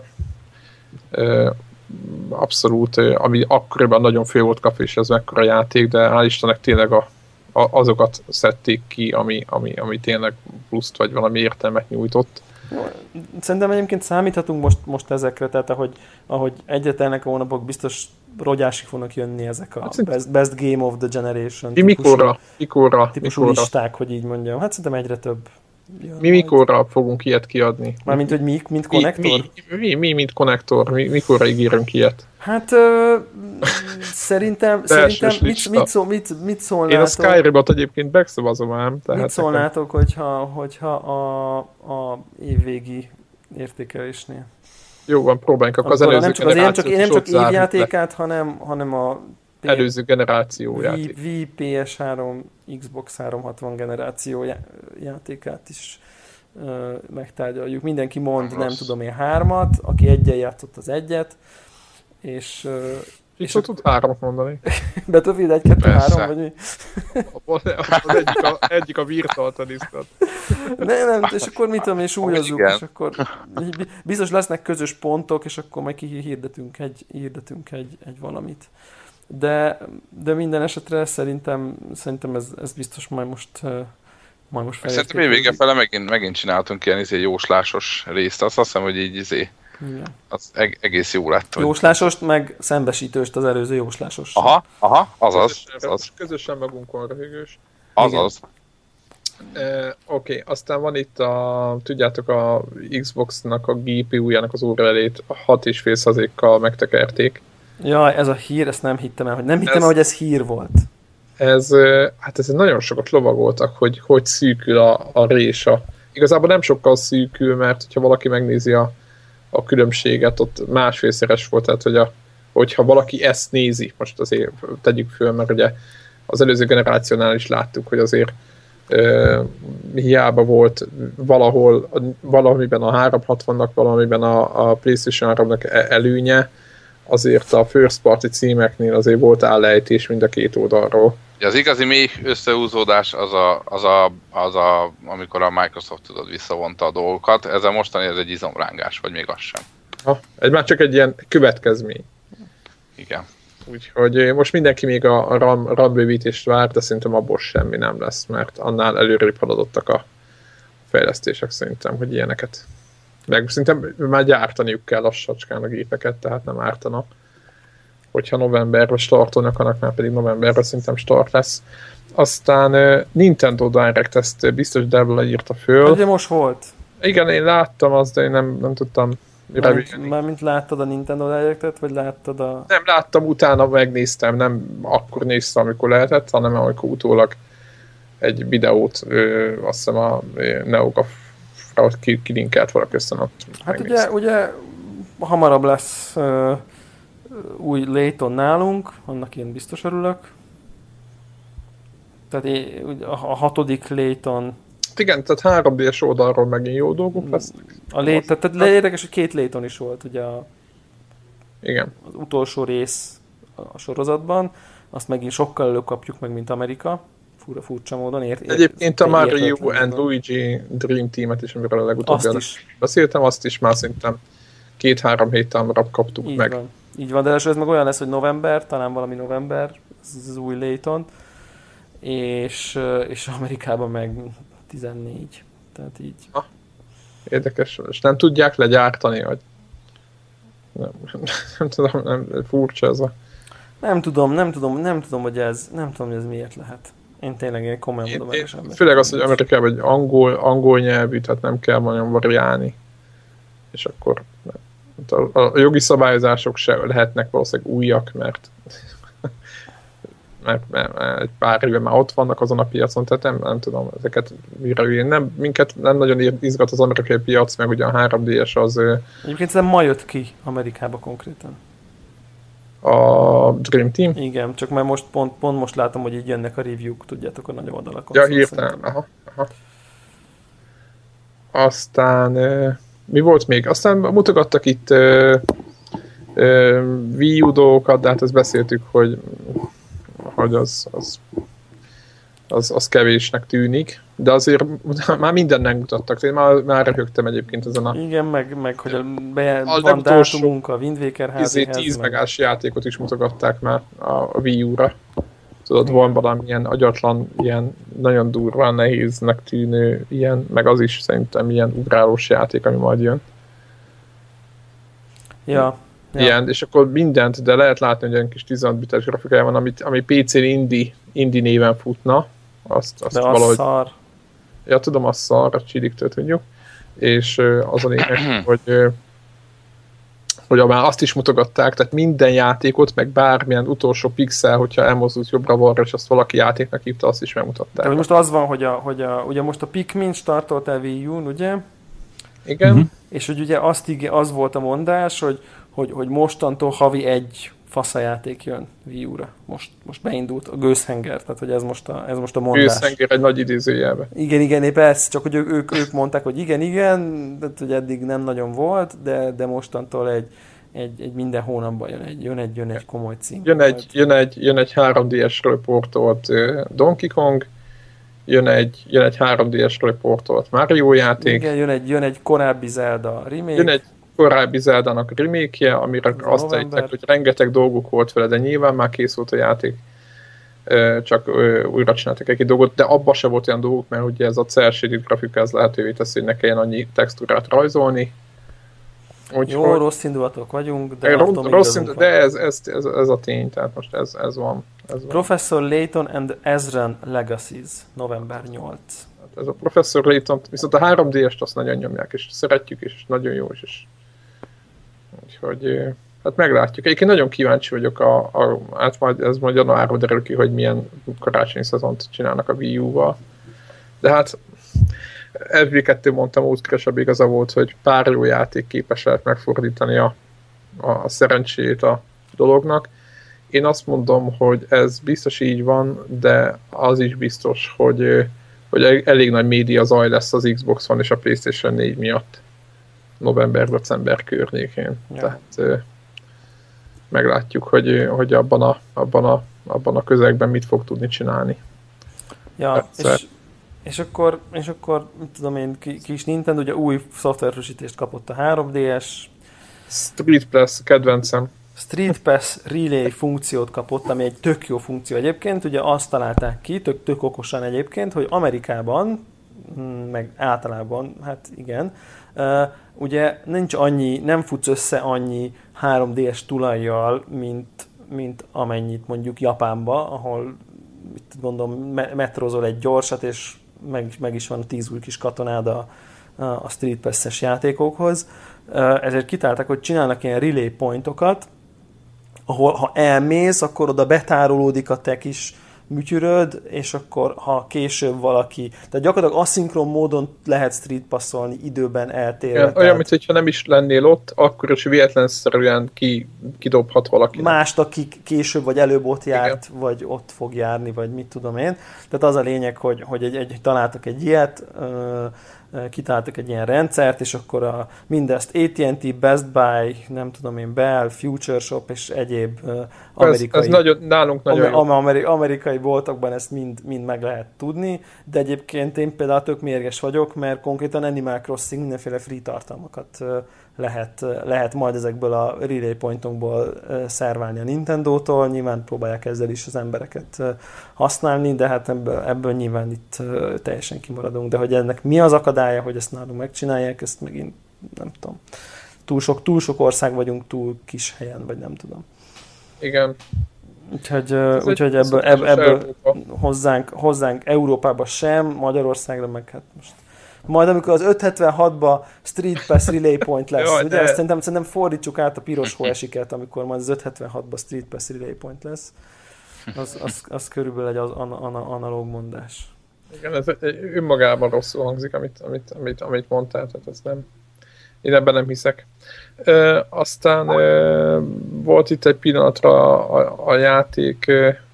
Abszolút, ami akkoriban nagyon fő volt kapva, és ez mekkora játék, de hál' Istennek tényleg a, a, azokat szedték ki, ami, ami, ami tényleg pluszt, vagy valami értelmet nyújtott. Szerintem egyébként számíthatunk most, most ezekre, tehát ahogy, ahogy egyre telnek a hónapok, biztos rogyásig fognak jönni ezek a hát best, best Game of the Generation mi típusú, mikorra, mikorra, típusú mikorra. listák, hogy így mondjam. Hát szerintem egyre több. Jön mi mikorra majd. Fogunk ilyet kiadni? Mármint, hogy mi, mint konnektor? Mi, mi, mi, mi mint konnektor? Mi, mikorra ígérünk ilyet? Hát ö, szerintem, szerintem mit, mit, szól, mit, mit szólnátok? Én a Skyrim-ot egyébként megszavazom ám. Tehát mit szólnátok, hogyha, hogyha a, a évvégi értékelésnél? Jó van, próbáljunk akkor az előző nem csak az én, csak, én nem csak évjátékát, hanem, hanem a P- előző generáció játék. Wii, pé es három, Xbox háromszázhatvan generáció játékát is uh, megtárgyaljuk. Mindenki mond, nem tudom én, hármat, aki egyen játszott az egyet, és... Uh, és ott tud hármat mondani. Battlefield egy, kettő, három, vagy mi? Az egyik a, egyik a Virtual Tennis-t. Nem, nem, és akkor mit tudom, és újozzuk, és akkor biztos lesznek közös pontok, és akkor majd kihirdetünk egy, hirdetünk egy, egy valamit. De, de minden esetre szerintem, szerintem ez, ez biztos majd most, majd most felérték. Szerintem vége fele megint, megint csináltunk ilyen izé jóslásos részt, azt hiszem, hogy így izé, az eg- egész jó lett. Jóslásost, meg szembesítőst az előző jóslásos. Aha, aha, azaz. Közösen, azaz. közösen magunkon röhögős. Azaz. Uh, Oké, okay. Aztán van itt a, tudjátok, a Xbox-nak a gé pé u-jának az óralelét hat egész öt százalékkal megtekerték. Jaj, ez a hír, ezt nem hittem el, hogy nem hittem ez, el, hogy ez hír volt. Ez, hát ez nagyon sokat lovagoltak, hogy hogy szűkül a, a résa. Igazából nem sokkal szűkül, mert ha valaki megnézi a, a különbséget, ott másfélszeres volt, tehát hogy a, hogyha valaki ezt nézi, most azért tegyük föl, mert ugye az előző generációnál is láttuk, hogy azért uh, hiába volt valahol, valamiben a háromszázhatvannak, valamiben a, a PlayStation háromnak előnye, azért a first party címeknél azért volt állejtés mind a két oldalról. Az igazi mély összehúzódás az a, az a, az a, amikor a Microsoft tudod visszavonta a dolgokat, ez a mostani ez egy izomrángás, vagy még az sem. Ha, egy már csak egy ilyen következmény. Igen. Úgyhogy most mindenki még a, a RAM, RAM bővítést vár, de szerintem abból semmi nem lesz, mert annál előrébb haladottak a fejlesztések szerintem, hogy ilyeneket. Meg szerintem már gyártaniuk kell lassacskán a gépeket, tehát nem ártana. Hogyha novemberben startolnak, annak már pedig novemberben szerintem start lesz. Aztán uh, Nintendo Direct, ezt biztos Debla írta föl. Ugye most volt? Igen, én láttam azt, de én nem, nem tudtam Mármint, mármint láttad a Nintendo Directet, vagy láttad a... Nem láttam, utána megnéztem, nem akkor néztem, amikor lehetett, hanem amikor utólag egy videót, ö, azt hiszem a Neogafra kilinkelt valaki, aztán ott Hát ugye, ugye hamarabb lesz ö, új Layton nálunk, annak én biztos örülök. Tehát én, a hatodik Layton... Igen, tehát három dés oldalról megint jó dolgok lesznek. A lé, tehát, tehát érdekes, hogy két Layton is volt ugye a, igen. Az utolsó rész a sorozatban, azt megint sokkal előbb kapjuk meg, mint Amerika. Fura, furcsa módon. Ért, ért, Egyébként a Mario and Luigi Dream Team-et is, amiről a legutóbb beszéltem, azt is már szerintem két-három héttel hamarabb kaptuk így meg. Van. Így van, de ez meg olyan lesz, hogy november, talán valami november, ez az új Layton, és, és Amerikában meg tizennégy. Tehát így. Ha, érdekes, és nem tudják legyártani, vagy nem, nem tudom, nem, furcsa ez a... Nem tudom, nem tudom, nem tudom, hogy ez, nem tudom, hogy ez miért lehet. Én tényleg én komolyan én, mondom. Én, főleg az, hogy Amerikában egy angol, angol nyelvű, tehát nem kell nagyon variálni. És akkor nem. A, a jogi szabályozások se lehetnek valószínűleg újak, mert Mert, mert, mert egy pár éve már ott vannak azon a piacon, tehát nem, nem tudom, ezeket virálni. Nem, minket nem nagyon izgat az amerikai piac, meg ugye a három dés az... Egyébként szerintem ma jött ki Amerikába konkrétan. A Dream Team? Igen, csak már most pont, pont most látom, hogy így jönnek a review-k, tudjátok, a nagy oldalakon. Ja, hirtelen, aha, aha. Aztán mi volt még? Aztán mutogattak itt uh, uh, Wii U dolgokat, de hát ezt beszéltük, hogy hogy az, az, az, az kevésnek tűnik, de azért már mindennek mutattak, én már, már röhögtem egyébként ezen a... Igen, meg, meg hogy be, a van dátumunk a Wind Waker há dé-hez. tíz megás játékot is mutogatták már a Wii U-ra. Tudod, van valamilyen agyatlan, ilyen nagyon durván nehéznek tűnő ilyen, meg az is szerintem ilyen ugrálós játék, ami majd jön. Ja. Ja. Ilyen, és akkor mindent, de lehet látni, hogy egy kis tizenhat bites grafikája van, amit, ami pé cén Indie, Indie néven futna. Azt, azt de az valahogy... szar. Ja, tudom, az szar, a csiliktől tudjuk. És az a lényeg, hogy, hogy már azt is mutogatták, tehát minden játékot, meg bármilyen utolsó pixel, hogyha elmozdult jobbra-balra, és azt valaki játéknak hívta, azt is megmutatták. De most az van, hogy a, hogy a, ugye most a Pikmin startolt el Wii U-n, ugye? Igen. Mm-hmm. És hogy ugye azt, az volt a mondás, hogy Hogy, hogy mostantól havi egy faszajáték jön Wii U-ra. Most, most beindult a gőzhenger, tehát hogy ez most a, ez most a mondás. Gőzhenger egy nagy idézőjelbe. Igen, igen, persze, csak hogy ők, ők mondták, hogy igen, igen, tehát hogy eddig nem nagyon volt, de, de mostantól egy, egy, egy minden hónapban jön egy, jön egy, jön egy komoly cím. Jön egy, jön egy, jön egy három dés-ről portolt uh, Donkey Kong, jön egy, jön egy három dés-ről portolt Mario játék. Igen, jön egy, jön egy korábbi Zelda remake. Jön egy korábbi Zeldának a remake-je, amire ez azt tettek, hogy rengeteg dolguk volt vele, de nyilván már kész volt a játék. Csak újra csináltak egy dolgot, de abban se volt olyan dolgok, mert ugye ez a cel-shaded grafika ez lehetővé teszi, hogy ne kelljen annyi textúrát rajzolni. Úgy, Jó, hogy... rossz indulatok vagyunk, de rossz, rossz indul, de ez, ez, ez, ez a tény, tehát most ez, ez van. Ez Professor van. Layton and Ezran Legacies, november nyolcadika. Ez a Professor Layton, viszont a három dést azt nagyon nyomják, és szeretjük, és nagyon jó is. És úgyhogy hát meglátjuk. Egyébként nagyon kíváncsi vagyok, a, a, hát majd, ez majd januárban derül ki, hogy milyen karácsonyi szezont csinálnak a Wii U-val. De hát ef bé kettő mondtam, útkeresebb igaza volt, hogy pár jó játék képes lehet megfordítani a, a, a szerencsét a dolognak. én azt mondom, hogy ez biztos így van, de az is biztos, hogy, hogy elég nagy média zaj lesz az Xbox One és a PlayStation négy miatt november-december környékén. Ja. Tehát meglátjuk, hogy, hogy abban, a, abban, a, abban a közegben mit fog tudni csinálni. Ja, és, és, akkor, és akkor, mit tudom én, kis Nintendo ugye új szoftverfrissítést kapott a három dé es. Street Pass, kedvencem. Street Pass Relay funkciót kapott, ami egy tök jó funkció egyébként. Ugye azt találták ki, tök, tök okosan egyébként, hogy Amerikában, meg általában, hát igen, uh, ugye nincs annyi, nem futsz össze annyi három dé es tulajjal, mint, mint amennyit mondjuk Japánba, ahol itt gondolom, metrozol egy gyorsat, és meg, meg is van a tíz új kis katonád a, a Street Pass-es játékokhoz. Ezért kitáltak, hogy csinálnak ilyen relay pointokat, ahol ha elmész, akkor oda betárolódik a te kis műtyüröd, és akkor ha később valaki... Tehát gyakorlatilag aszinkron módon lehet street passolni időben eltérve. Ja, olyan, mint hogyha nem is lennél ott, akkor is véletlenszerűen ki, kidobhat valaki. Mást, aki később vagy előbb ott járt, igen, vagy ott fog járni, vagy mit tudom én. Tehát az a lényeg, hogy, hogy egy, egy, találtak egy ilyet, kitáltak egy ilyen rendszert, és akkor a, mindezt á té and té, Best Buy, nem tudom én, Bell, Future Shop és egyéb uh, amerikai, ez, ez nagyon, nálunk nagyon am, ameri, amerikai boltokban ezt mind, mind meg lehet tudni, de egyébként én például tök mérges vagyok, mert konkrétan Animal Crossing mindenféle free tartalmakat uh, lehet, uh, lehet majd ezekből a relay pointokból uh, szerválni a Nintendótól, nyilván próbálják ezzel is az embereket uh, használni, de hát ebből, ebből nyilván itt uh, teljesen kimaradunk, de hogy ennek mi az akadálya, hogy ezt nálunk megcsinálják, ezt megint nem tudom. Túl sok, túl sok ország vagyunk, túl kis helyen, vagy nem tudom. Igen. Úgyhogy, úgyhogy ebből, ebből, ebből hozzánk, hozzánk Európába sem, Magyarországra meg hát most. Majd amikor az ötszázhetvenhatba Street Pass Relay Point lesz, Jaj, ugye? De... Szerintem, szerintem fordítsuk át a piros hóesiket, amikor majd az ötszázhetvenhatba Street Pass Relay Point lesz. Az, az, az körülbelül egy az analóg mondás. Igen, ez önmagában rosszul hangzik, amit, amit, amit, amit mondtál, tehát ez nem, én ebben nem hiszek. E, aztán e, volt itt egy pillanatra a, a játék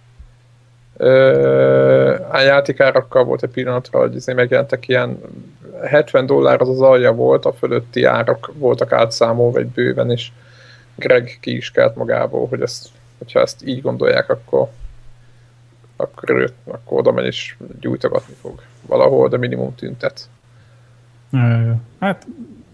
e, a játékárakkal volt egy pillanatra, hogy azért megjelentek ilyen hetven dollár az az alja volt, a fölötti árak voltak átszámolva egy bőven, és Greg ki is kelt magából, hogy ezt, hogyha ezt így gondolják, akkor akkor őt, akkor oda megy és gyújtogatni fog valahol, de minimum tüntet. Hát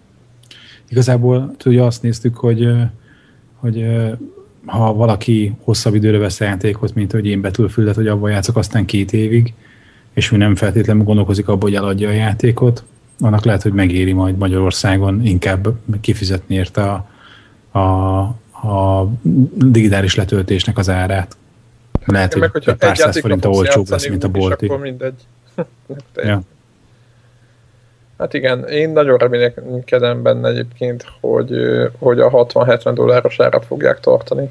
igazából ugye azt néztük, hogy, hogy ha valaki hosszabb időre vesz a játékot, mint hogy én Battlefieldet, hogy abban játszok aztán két évig, és ő nem feltétlenül gondolkozik abban, hogy eladja a játékot, annak lehet, hogy megéri majd Magyarországon inkább kifizetni érte a, a, a digitális letöltésnek az árát. Lehet, meg, hogy pár száz forint olcsóbb lesz, mint a bolti. Akkor mindegy. Ja. Hát igen, én nagyon reménykedem benne egyébként, hogy, hogy a hatvan-hetven dolláros árat fogják tartani.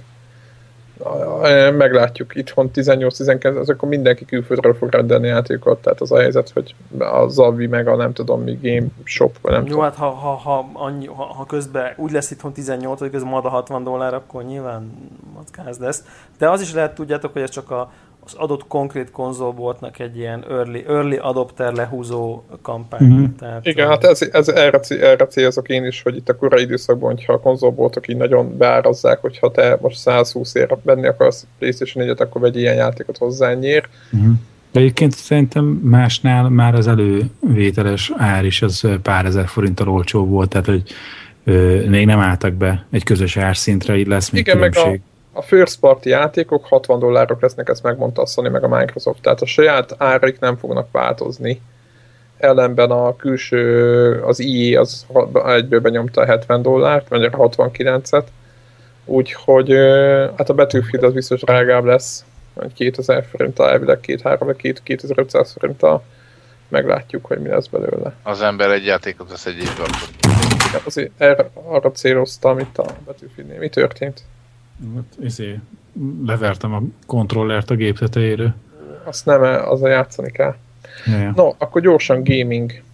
Meglátjuk, itthon tizennyolc-tizenkilenc, az akkor mindenki külföldről fog rendelni játékokat, tehát az a helyzet, hogy a Zavi meg a nem tudom mi Game Shop, vagy nem Jó, tudom. hát ha, ha, ha, annyi, ha, ha közben úgy lesz itthon tizennyolc, hogy közben a hatvan dollár, akkor nyilván az gáz lesz. De az is lehet, tudjátok, hogy ez csak a, az adott konkrét konzolboltnak egy ilyen early, early adopter lehúzó kampány. Mm-hmm. Tehát, igen, hát ez, ez erre, erre célzok én is, hogy itt a korai időszakban, hogyha a konzolboltok így nagyon beárazzák, hogyha te most százhúsz érre venni akarsz PlayStation négyet, akkor vegy ilyen játékot hozzá ennyiért. Mm-hmm. De egyébként szerintem másnál már az elővételes ár is az pár ezer forinttal olcsó volt, tehát hogy ö, még nem álltak be egy közös árszintre, így lesz még igen, különbség. Meg a, a first party játékok hatvan dollárok lesznek, ezt megmondta a Sony meg a Microsoft, tehát a saját áraik nem fognak változni. Ellenben a külső, az i á az egyből benyomta a hetven dollárt, vagy a hatvankilencet, úgyhogy hát a Battlefield az biztos drágább lesz, kétezer forinttal, elvileg két-három vagy kétezer-ötszáz forinttal. Meglátjuk, hogy mi lesz belőle. Az ember egy játékot vesz egy évben. Ja, azért erre, arra céloztam itt a Battlefield-nél. Mi történt? Izé, levertem a kontrollert a gép tetejéről. Azt nem, az a játszani kell. Jaja. No, akkor gyorsan gaming.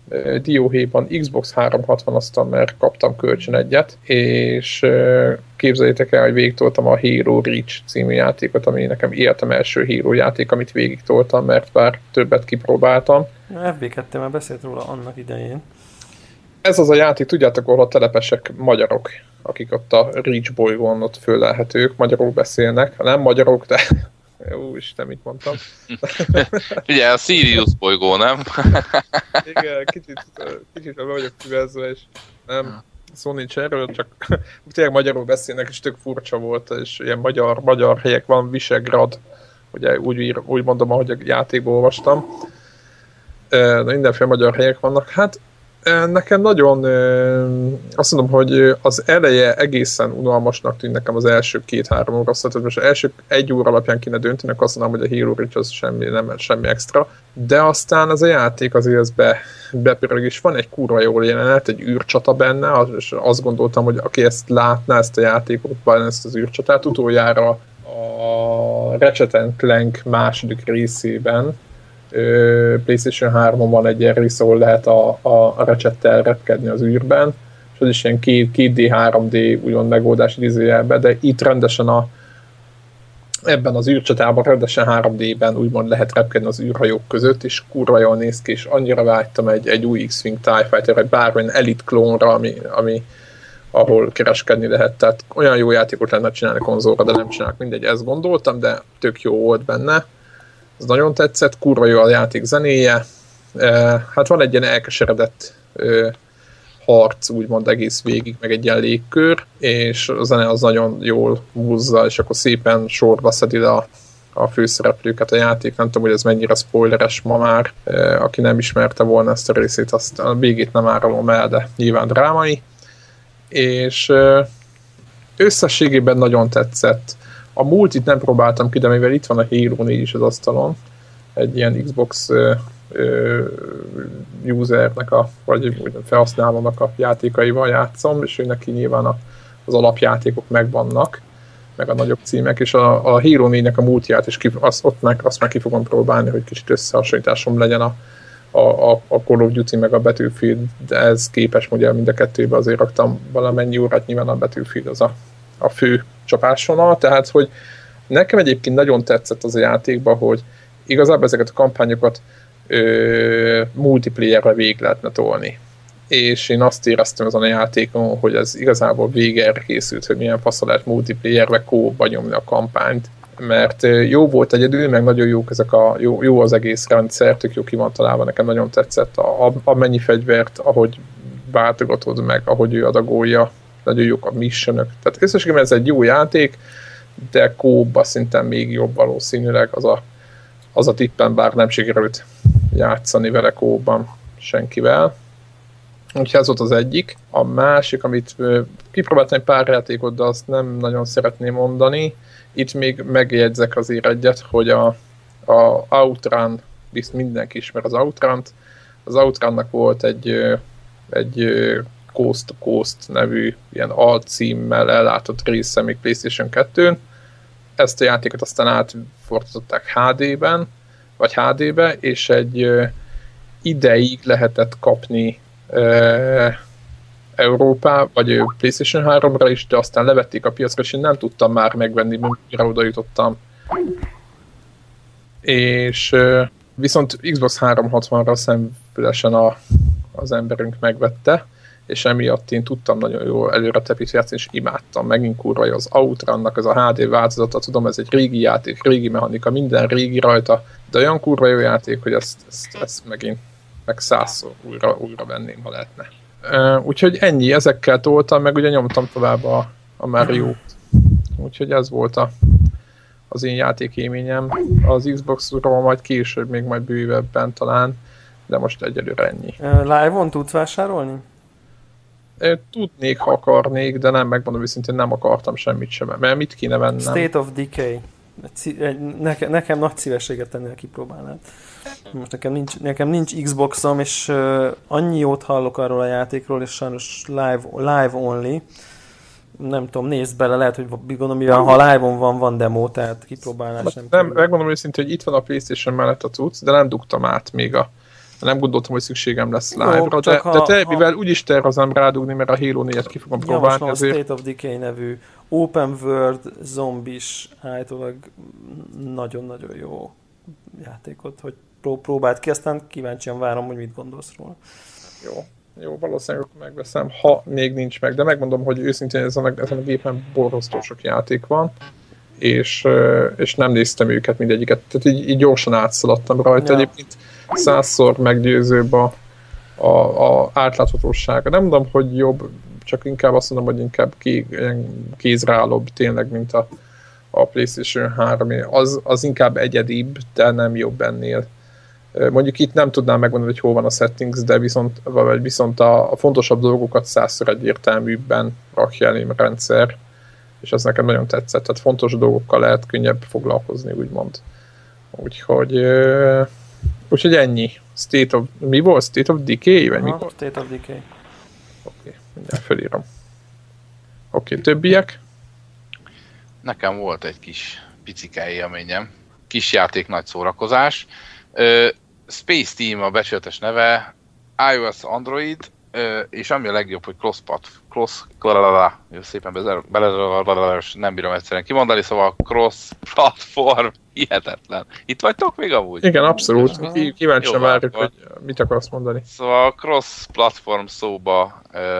dióhéjban Xbox háromszázhatvan asztal, mert kaptam kölcsön egyet, és képzeljétek el, hogy végigtoltam a Halo Reach című játékot, ami nekem életem első Halo játék, amit végigtoltam, mert bár többet kipróbáltam. ef bé kettő már beszélt róla annak idején. Ez az a játék, tudjátok, ahol a telepesek magyarok, akik ott a Reach bolygón ott föllelhetők, magyarok beszélnek, nem magyarok, de jó Isten, mit mondtam. Ugye, a Sirius bolygó, nem? Igen, kicsit, kicsit be vagyok kivezve, és nem, szó nincs erről, csak tényleg magyarul beszélnek, és tök furcsa volt, és ilyen magyar, magyar helyek van, Visegrad, ugye úgy, ír, úgy mondom, ahogy a játékból olvastam. De mindenféle magyar helyek vannak. Hát nekem nagyon, azt mondom, hogy az eleje egészen unalmasnak tűnt nekem az első két-három óra, szóval most az első egy óra alapján kéne döntenek, azt mondom, hogy a Halo Reach az semmi, nem semmi extra, de aztán ez a játék azért ez be, bepörög, és van egy kurva jól jelenet, egy űrcsata benne, és azt gondoltam, hogy aki ezt látná, ezt a játékot, ezt az űrcsatát, utoljára a Ratchet and Clank második részében, PlayStation hármon van egy ilyen rész, ahol lehet a, a Ratchettel repkedni az űrben, és az is ilyen két dé, három dé úgymond megoldás idézőjelben, de itt rendesen a, ebben az űrcsatában rendesen három dében úgymond lehet repkedni az űrhajók között, és kurva jól néz ki, és annyira vágytam egy, egy új X-Wing TIE Fighter, vagy bármilyen Elite klónra, ami, ami ahol kereskedni lehet, tehát olyan jó játékot lenne csinálni konzolra, de nem csinálnak, mindegy, ezt gondoltam, de tök jó volt benne. Ez nagyon tetszett, kurva jó a játék zenéje. Hát van egy ilyen elkeseredett harc, úgymond egész végig, meg egy ilyen légkör, és a zene az nagyon jól húzza, és akkor szépen sorba szedi a, a főszereplőket a játék. Nem tudom, hogy ez mennyire spoileres ma már. Aki nem ismerte volna ezt a részét, azt a végét nem árulom el, de nyilván drámai. És összességében nagyon tetszett. A multit nem próbáltam ki, de mivel itt van a Halo négy is az asztalon, egy ilyen Xbox ö, ö, usernek, a, vagy felhasználónak a játékaival játszom, és ő neki nyilván a, az alapjátékok megvannak, meg a nagyobb címek, és a, a Halo négynek a multját is ki, azt, ott meg, azt meg ki fogom próbálni, hogy kicsit összehasonlításom legyen a, a, a Call of Duty meg a Battlefield, de ez képes modell mind a kettőbe, azért raktam valamennyi órát, nyilván a Battlefield az a, a fő csapásvonal, tehát hogy nekem egyébként nagyon tetszett az a játékban, hogy igazából ezeket a kampányokat ö, multiplayerre végig lehetne tolni. És én azt éreztem ezen a játékon, hogy ez igazából vége erre készült, hogy milyen faszal lehet multiplayerbe kóba nyomni a kampányt, mert jó volt egyedül, meg nagyon jók ezek a, jó, jó az egész rendszer, tök jó ki van találva, nekem nagyon tetszett a, a, amennyi fegyvert, ahogy váltogatod meg, ahogy ő adagolja, nagyon jók a missionök. Tehát összességében ez egy jó játék, de kóba szinten még jobb valószínűleg az a, az a tippen, bár nem sikerült játszani vele kóban senkivel. Úgyhogy ez volt az egyik. A másik, amit kipróbáltam egy pár játékot, de azt nem nagyon szeretném mondani. Itt még megjegyzek azért egyet, hogy a, a Outrun, bizt mindenki ismer az Outrun-t. Az Outrunnak volt egy, egy Coast to Coast nevű ilyen alcímmel ellátott része még PlayStation kettőn. Ezt a játékot aztán átfordították há dében, vagy há débe, és egy ideig lehetett kapni e, Európá, vagy PlayStation háromra is, de aztán levették a piacra, és én nem tudtam már megvenni, mire oda jutottam. És viszont Xbox háromszázhatvanra szemfülesen a, az emberünk megvette, és emiatt én tudtam nagyon jól előre tepíteni játszani, és imádtam. Megint kurva jó az Outrunnak, ez a há dé változata, tudom, ez egy régi játék, régi mechanika, minden régi rajta, de olyan kurva jó játék, hogy ezt, ezt, ezt megint meg százszor újra, újra venném, ha lehetne. Uh, úgyhogy ennyi, ezekkel toltam, meg ugye nyomtam tovább a, a Mario-t. Úgyhogy ez volt a, az én játékélményem. Az Xbox-ról majd később, még majd bővebben talán, de most egyelőre ennyi. Live-on tudsz vásárolni? Tudnék, ha akarnék, de nem, megmondom őszintén, nem akartam semmit sem, mert mit kéne vennem? State of Decay. Nekem, nekem nagy szívességet tenni, ha kipróbálnád. Most nekem nincs, nekem nincs Xboxom, és uh, annyi jót hallok arról a játékról, és sajnos live, live only. Nem tudom, nézd bele, lehet, hogy gondolom, mivel ha live-on van, van demo, tehát kipróbálnás nem, nem kell. Megmondom őszintén, hogy itt van a PlayStation mellett a cucc, de nem dugtam át még a Nem gondoltam, hogy szükségem lesz live-ra, de, ha, de te, ha, mivel úgyis tervezem rádugni, mert a Halo négyet ki fogom próbálni. A ezért... State of Decay nevű open world zombis állítólag nagyon-nagyon jó játékot, hogy próbáld ki, aztán kíváncsian várom, hogy mit gondolsz róla. Jó. Jó, valószínűleg megveszem, ha még nincs meg, de megmondom, hogy őszintén ezen a, ezen a gépen borzasztó sok játék van, és, és nem néztem őket mindegyiket, tehát így, így gyorsan átszaladtam rajta. Ja. Egyébként százszor meggyőzőbb a, a, a átláthatósága. Nem mondom, hogy jobb, csak inkább azt mondom, hogy inkább ké, kézreállóbb tényleg, mint a, a PlayStation három. Az, az inkább egyedibb, de nem jobb ennél. Mondjuk itt nem tudnám megmondani, hogy hol van a settings, de viszont, vagy viszont a, a fontosabb dolgokat százszor egyértelműbben rakja elém a rendszer, és ez nekem nagyon tetszett, tehát fontos dolgokkal lehet könnyebb foglalkozni, úgymond. Úgyhogy, uh, úgyhogy ennyi. State of, mi volt? State of Decay? Vagy Aha, mi volt? State of Decay. Oké, okay, mindjárt felírom. Oké, okay, többiek? Nekem volt egy kis picike élményem. Kis játék, nagy szórakozás. Uh, Space Team a becsületes neve, iOS, Android, és ami a legjobb, hogy cross-platform, cross, szépen bele, nem bírom egyszerűen kimondani, szóval cross-platform, hihetetlen. Itt vagytok még amúgy? Igen, abszolút. Kíváncsian várjuk, hogy mit akarsz mondani. Szóval cross-platform szóba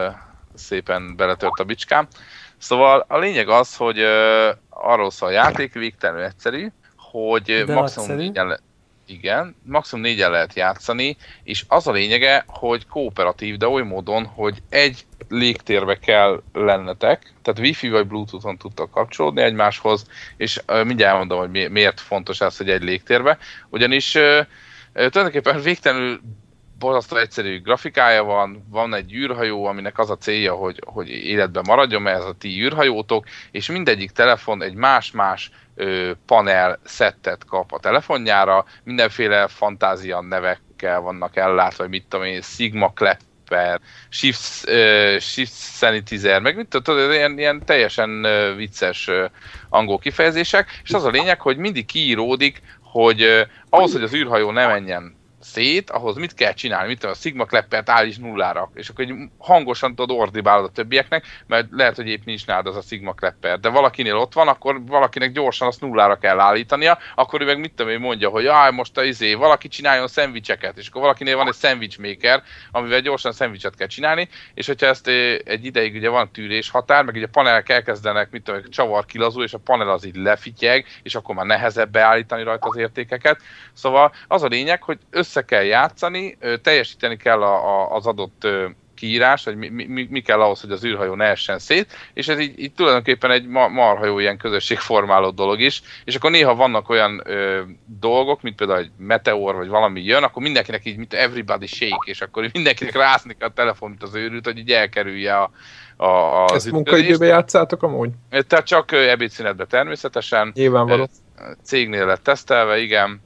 szépen beletört a bicskám. Szóval a lényeg az, hogy arról szól a játék, végtelenül egyszerű, hogy de maximum négyen igen, maximum négyen lehet játszani, és az a lényege, hogy kooperatív, de oly módon, hogy egy légtérbe kell lennetek, tehát Wi-Fi vagy Bluetooth-on tudtak kapcsolódni egymáshoz, és uh, mindjárt mondom, hogy mi, miért fontos ez, hogy egy légtérbe, ugyanis uh, tulajdonképpen végtelenül borzasztó egyszerű grafikája van, van egy űrhajó, aminek az a célja, hogy, hogy életben maradjon, mert ez a ti űrhajótok, és mindegyik telefon egy más-más ö, panel szettet kap a telefonjára, mindenféle fantázia nevekkel vannak ellátva, vagy mit tudom én, Sigma Klepper, Shift, ö, Shift Sanitizer, meg mit tudom, ilyen, ilyen teljesen ö, vicces ö, angol kifejezések, és az a lényeg, hogy mindig kiíródik, hogy ö, ahhoz, hogy az űrhajó ne menjen szét, ahhoz mit kell csinálni, mit tudom, a Sigma Kleppert állíts nullára, és akkor hangosan tudod ordibálod a többieknek, mert lehet, hogy épp nincs nálad az a Sigma Klepper, de valakinél ott van, akkor valakinek gyorsan azt nullára kell állítania, akkor ő meg mit tudom én mondja, hogy áj, most a izé, valaki csináljon szendvicseket, és akkor valakinél van egy sandwich maker, amivel gyorsan szendvicset kell csinálni, és hogyha ezt egy ideig ugye van tűrés határ, meg ugye a panelek elkezdenek, mit tudom, csavar kilazul, és a panel az így lefityeg, és akkor már nehezebb beállítani rajta az értékeket. Szóval az a lényeg, hogy össze kell játszani, teljesíteni kell a, a, az adott kiírás, hogy mi, mi, mi kell ahhoz, hogy az űrhajó ne essen szét, és ez így, így tulajdonképpen egy marha jó ilyen közösségformáló dolog is, és akkor néha vannak olyan ö, dolgok, mint például egy meteor, vagy valami jön, akkor mindenkinek így, mint everybody shake, és akkor mindenkinek rászni kell a telefon, mint az őrült, hogy így elkerülje a, a, az ezt munkaidőben játszátok amúgy? Tehát csak ebédszünetben természetesen. Nyilvánvaló. Cégnél lett tesztelve, igen.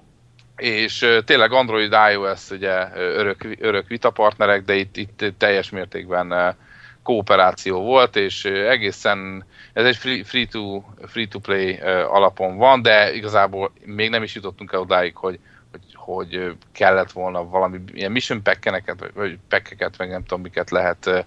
És uh, tényleg Android, iOS ugye örök, örök vitapartnerek, de itt, itt teljes mértékben uh, kooperáció volt, és uh, egészen ez egy free, free, to, free to play uh, alapon van, de igazából még nem is jutottunk el odáig, hogy, hogy, hogy kellett volna valami ilyen mission pack-eket, vagy pack-eket, meg nem tudom miket lehet uh,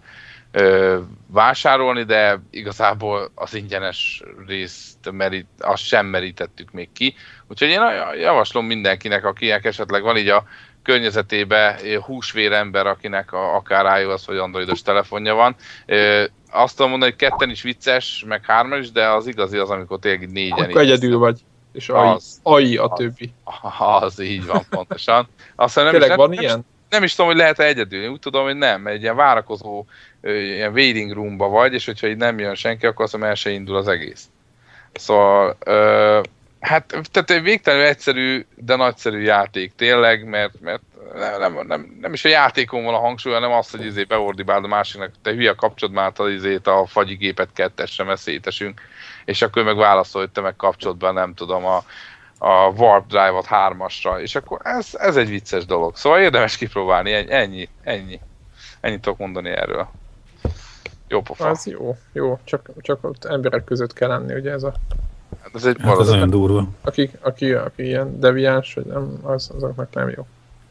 Ö, vásárolni, de igazából az ingyenes részt merít, azt sem merítettük még ki. Úgyhogy én javaslom mindenkinek, akinek esetleg van így a környezetében húsvér ember, akinek a, akár iOS vagy androidos telefonja van. Ö, azt tudom mondani, hogy ketten is vicces, meg hárman is, de az igazi az, amikor tényleg négyen. Akkor egyedül vagy. És az, AI a az, többi. Az így van, pontosan. Aztán nem tényleg is, van nem, ilyen? Nem, nem is tudom, hogy lehet-e egyedül. Én úgy tudom, hogy nem. Egy ilyen várakozó, ilyen waiting roomba vagy, és hogyha így nem jön senki, akkor azt el se indul az egész. Szóval, ö, hát tehát egy végtelenül egyszerű, de nagyszerű játék tényleg, mert, mert nem, nem, nem, nem is a játékon van a hangsúly, hanem az, hogy izé beordibáld a másiknak, te hülye, kapcsolod már az izét, a fagyigépet kettesre, mert szétesünk, és akkor meg válaszol, hogy te meg kapcsolod be, nem tudom, a a Warp Drive-ot hármasra, és akkor ez, ez egy vicces dolog. Szóval érdemes kipróbálni, ennyi, ennyi. Ennyit tudok mondani erről. Jó pofa. Az jó, jó, csak, csak ott emberek között kell lenni, ugye ez a... Hát ez egy hát az olyan durva. Aki, aki, aki ilyen deviáns, vagy nem, az, azoknak nem jó.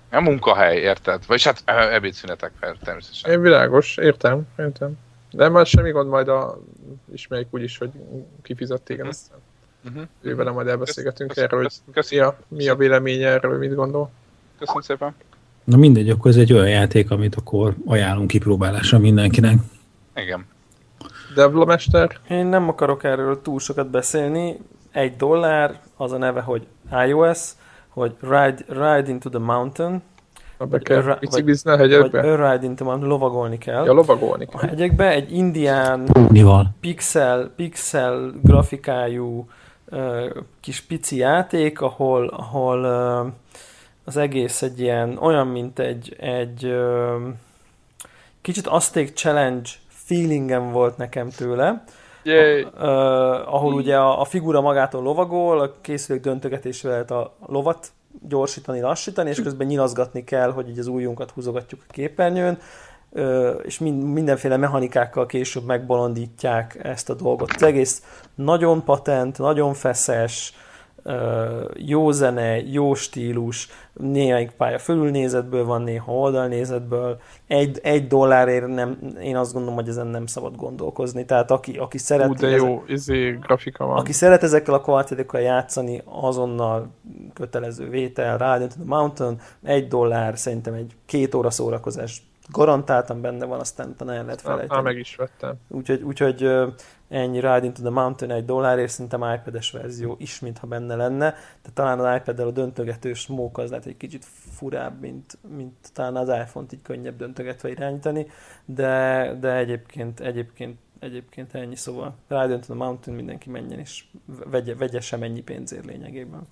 A munkahely, érted? Vagyis hát ebédszünetek fel, természetesen. Én világos, értem, értem. De már semmi gond, majd a, ismerjük úgyis, hogy kifizet téged, Uh-huh. aztán Uh-huh. ő vele majd elbeszélgetünk Köszön, erről, hogy köszön, mi a, mi a véleménye erről, mit gondol. Köszönöm szépen. Na mindegy, akkor ez egy olyan játék, amit akkor ajánlunk kipróbálásra mindenkinek. Igen. Devla mester? Én nem akarok erről túl sokat beszélni. Egy dollár, az a neve, hogy iOS, hogy Ride, ride into the Mountain. Ha be kell Ra- biciklizni a Vagy hegyekbe? Ride into the Mountain, lovagolni kell. Ja, lovagolni A kell. hegyekbe egy indián Pónival. pixel, pixel grafikájú uh, kis pici játék, ahol, ahol uh, az egész egy ilyen, olyan, mint egy, egy uh, kicsit Aztec Challenge feelingem volt nekem tőle. Yay. Uh, ahol ugye a, a figura magától lovagol, a készülék döntögetésével lehet a lovat gyorsítani, lassítani, és közben nyilazgatni kell, hogy így az ujjunkat húzogatjuk a képernyőn, uh, és mind, mindenféle mechanikákkal később megbolondítják ezt a dolgot. Az egész nagyon patent, nagyon feszes, uh, jó zene, jó stílus, némelyik pálya fölülnézetből van, néha oldalnézetből. Egy, egy dollárért nem, én azt gondolom, hogy ezen nem szabad gondolkozni. Tehát aki, aki szeret... Ú, de jó, izé, grafika van. Aki szeret ezekkel a kvartjátékkal játszani, azonnal kötelező vétel, Ride into the Mountain, egy dollár, szerintem egy két óra szórakozás garantáltan benne van, aztán utána el lehet felejteni. Á, meg is vettem. Úgyhogy, úgyhogy ennyi Ride into the Mountain egy dollárért, szerintem iPad-es verzió is, mintha benne lenne, de talán az iPad-del a döntögetős móka az lehet egy kicsit furább, mint, mint talán az iPhone-t így könnyebb döntögetve irányítani, de, de egyébként, egyébként, egyébként ennyi, szóval Ride into the Mountain, mindenki menjen és vegye, vegye sem ennyi pénzért lényegében.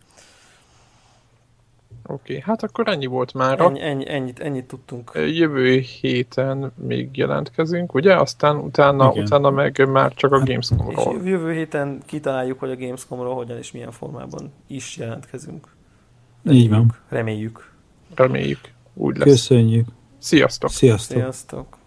Oké, okay, hát akkor ennyi volt mára. Ennyi, ennyi, ennyit, ennyit tudtunk. Jövő héten még jelentkezünk, ugye? Aztán utána, utána meg már csak a Gamescom-ról. És jövő héten kitaláljuk, hogy a Gamescom-ról hogyan és milyen formában is jelentkezünk. Így van. Reméljük. Reméljük. Úgy lesz. Köszönjük. Sziasztok! Sziasztok! Sziasztok!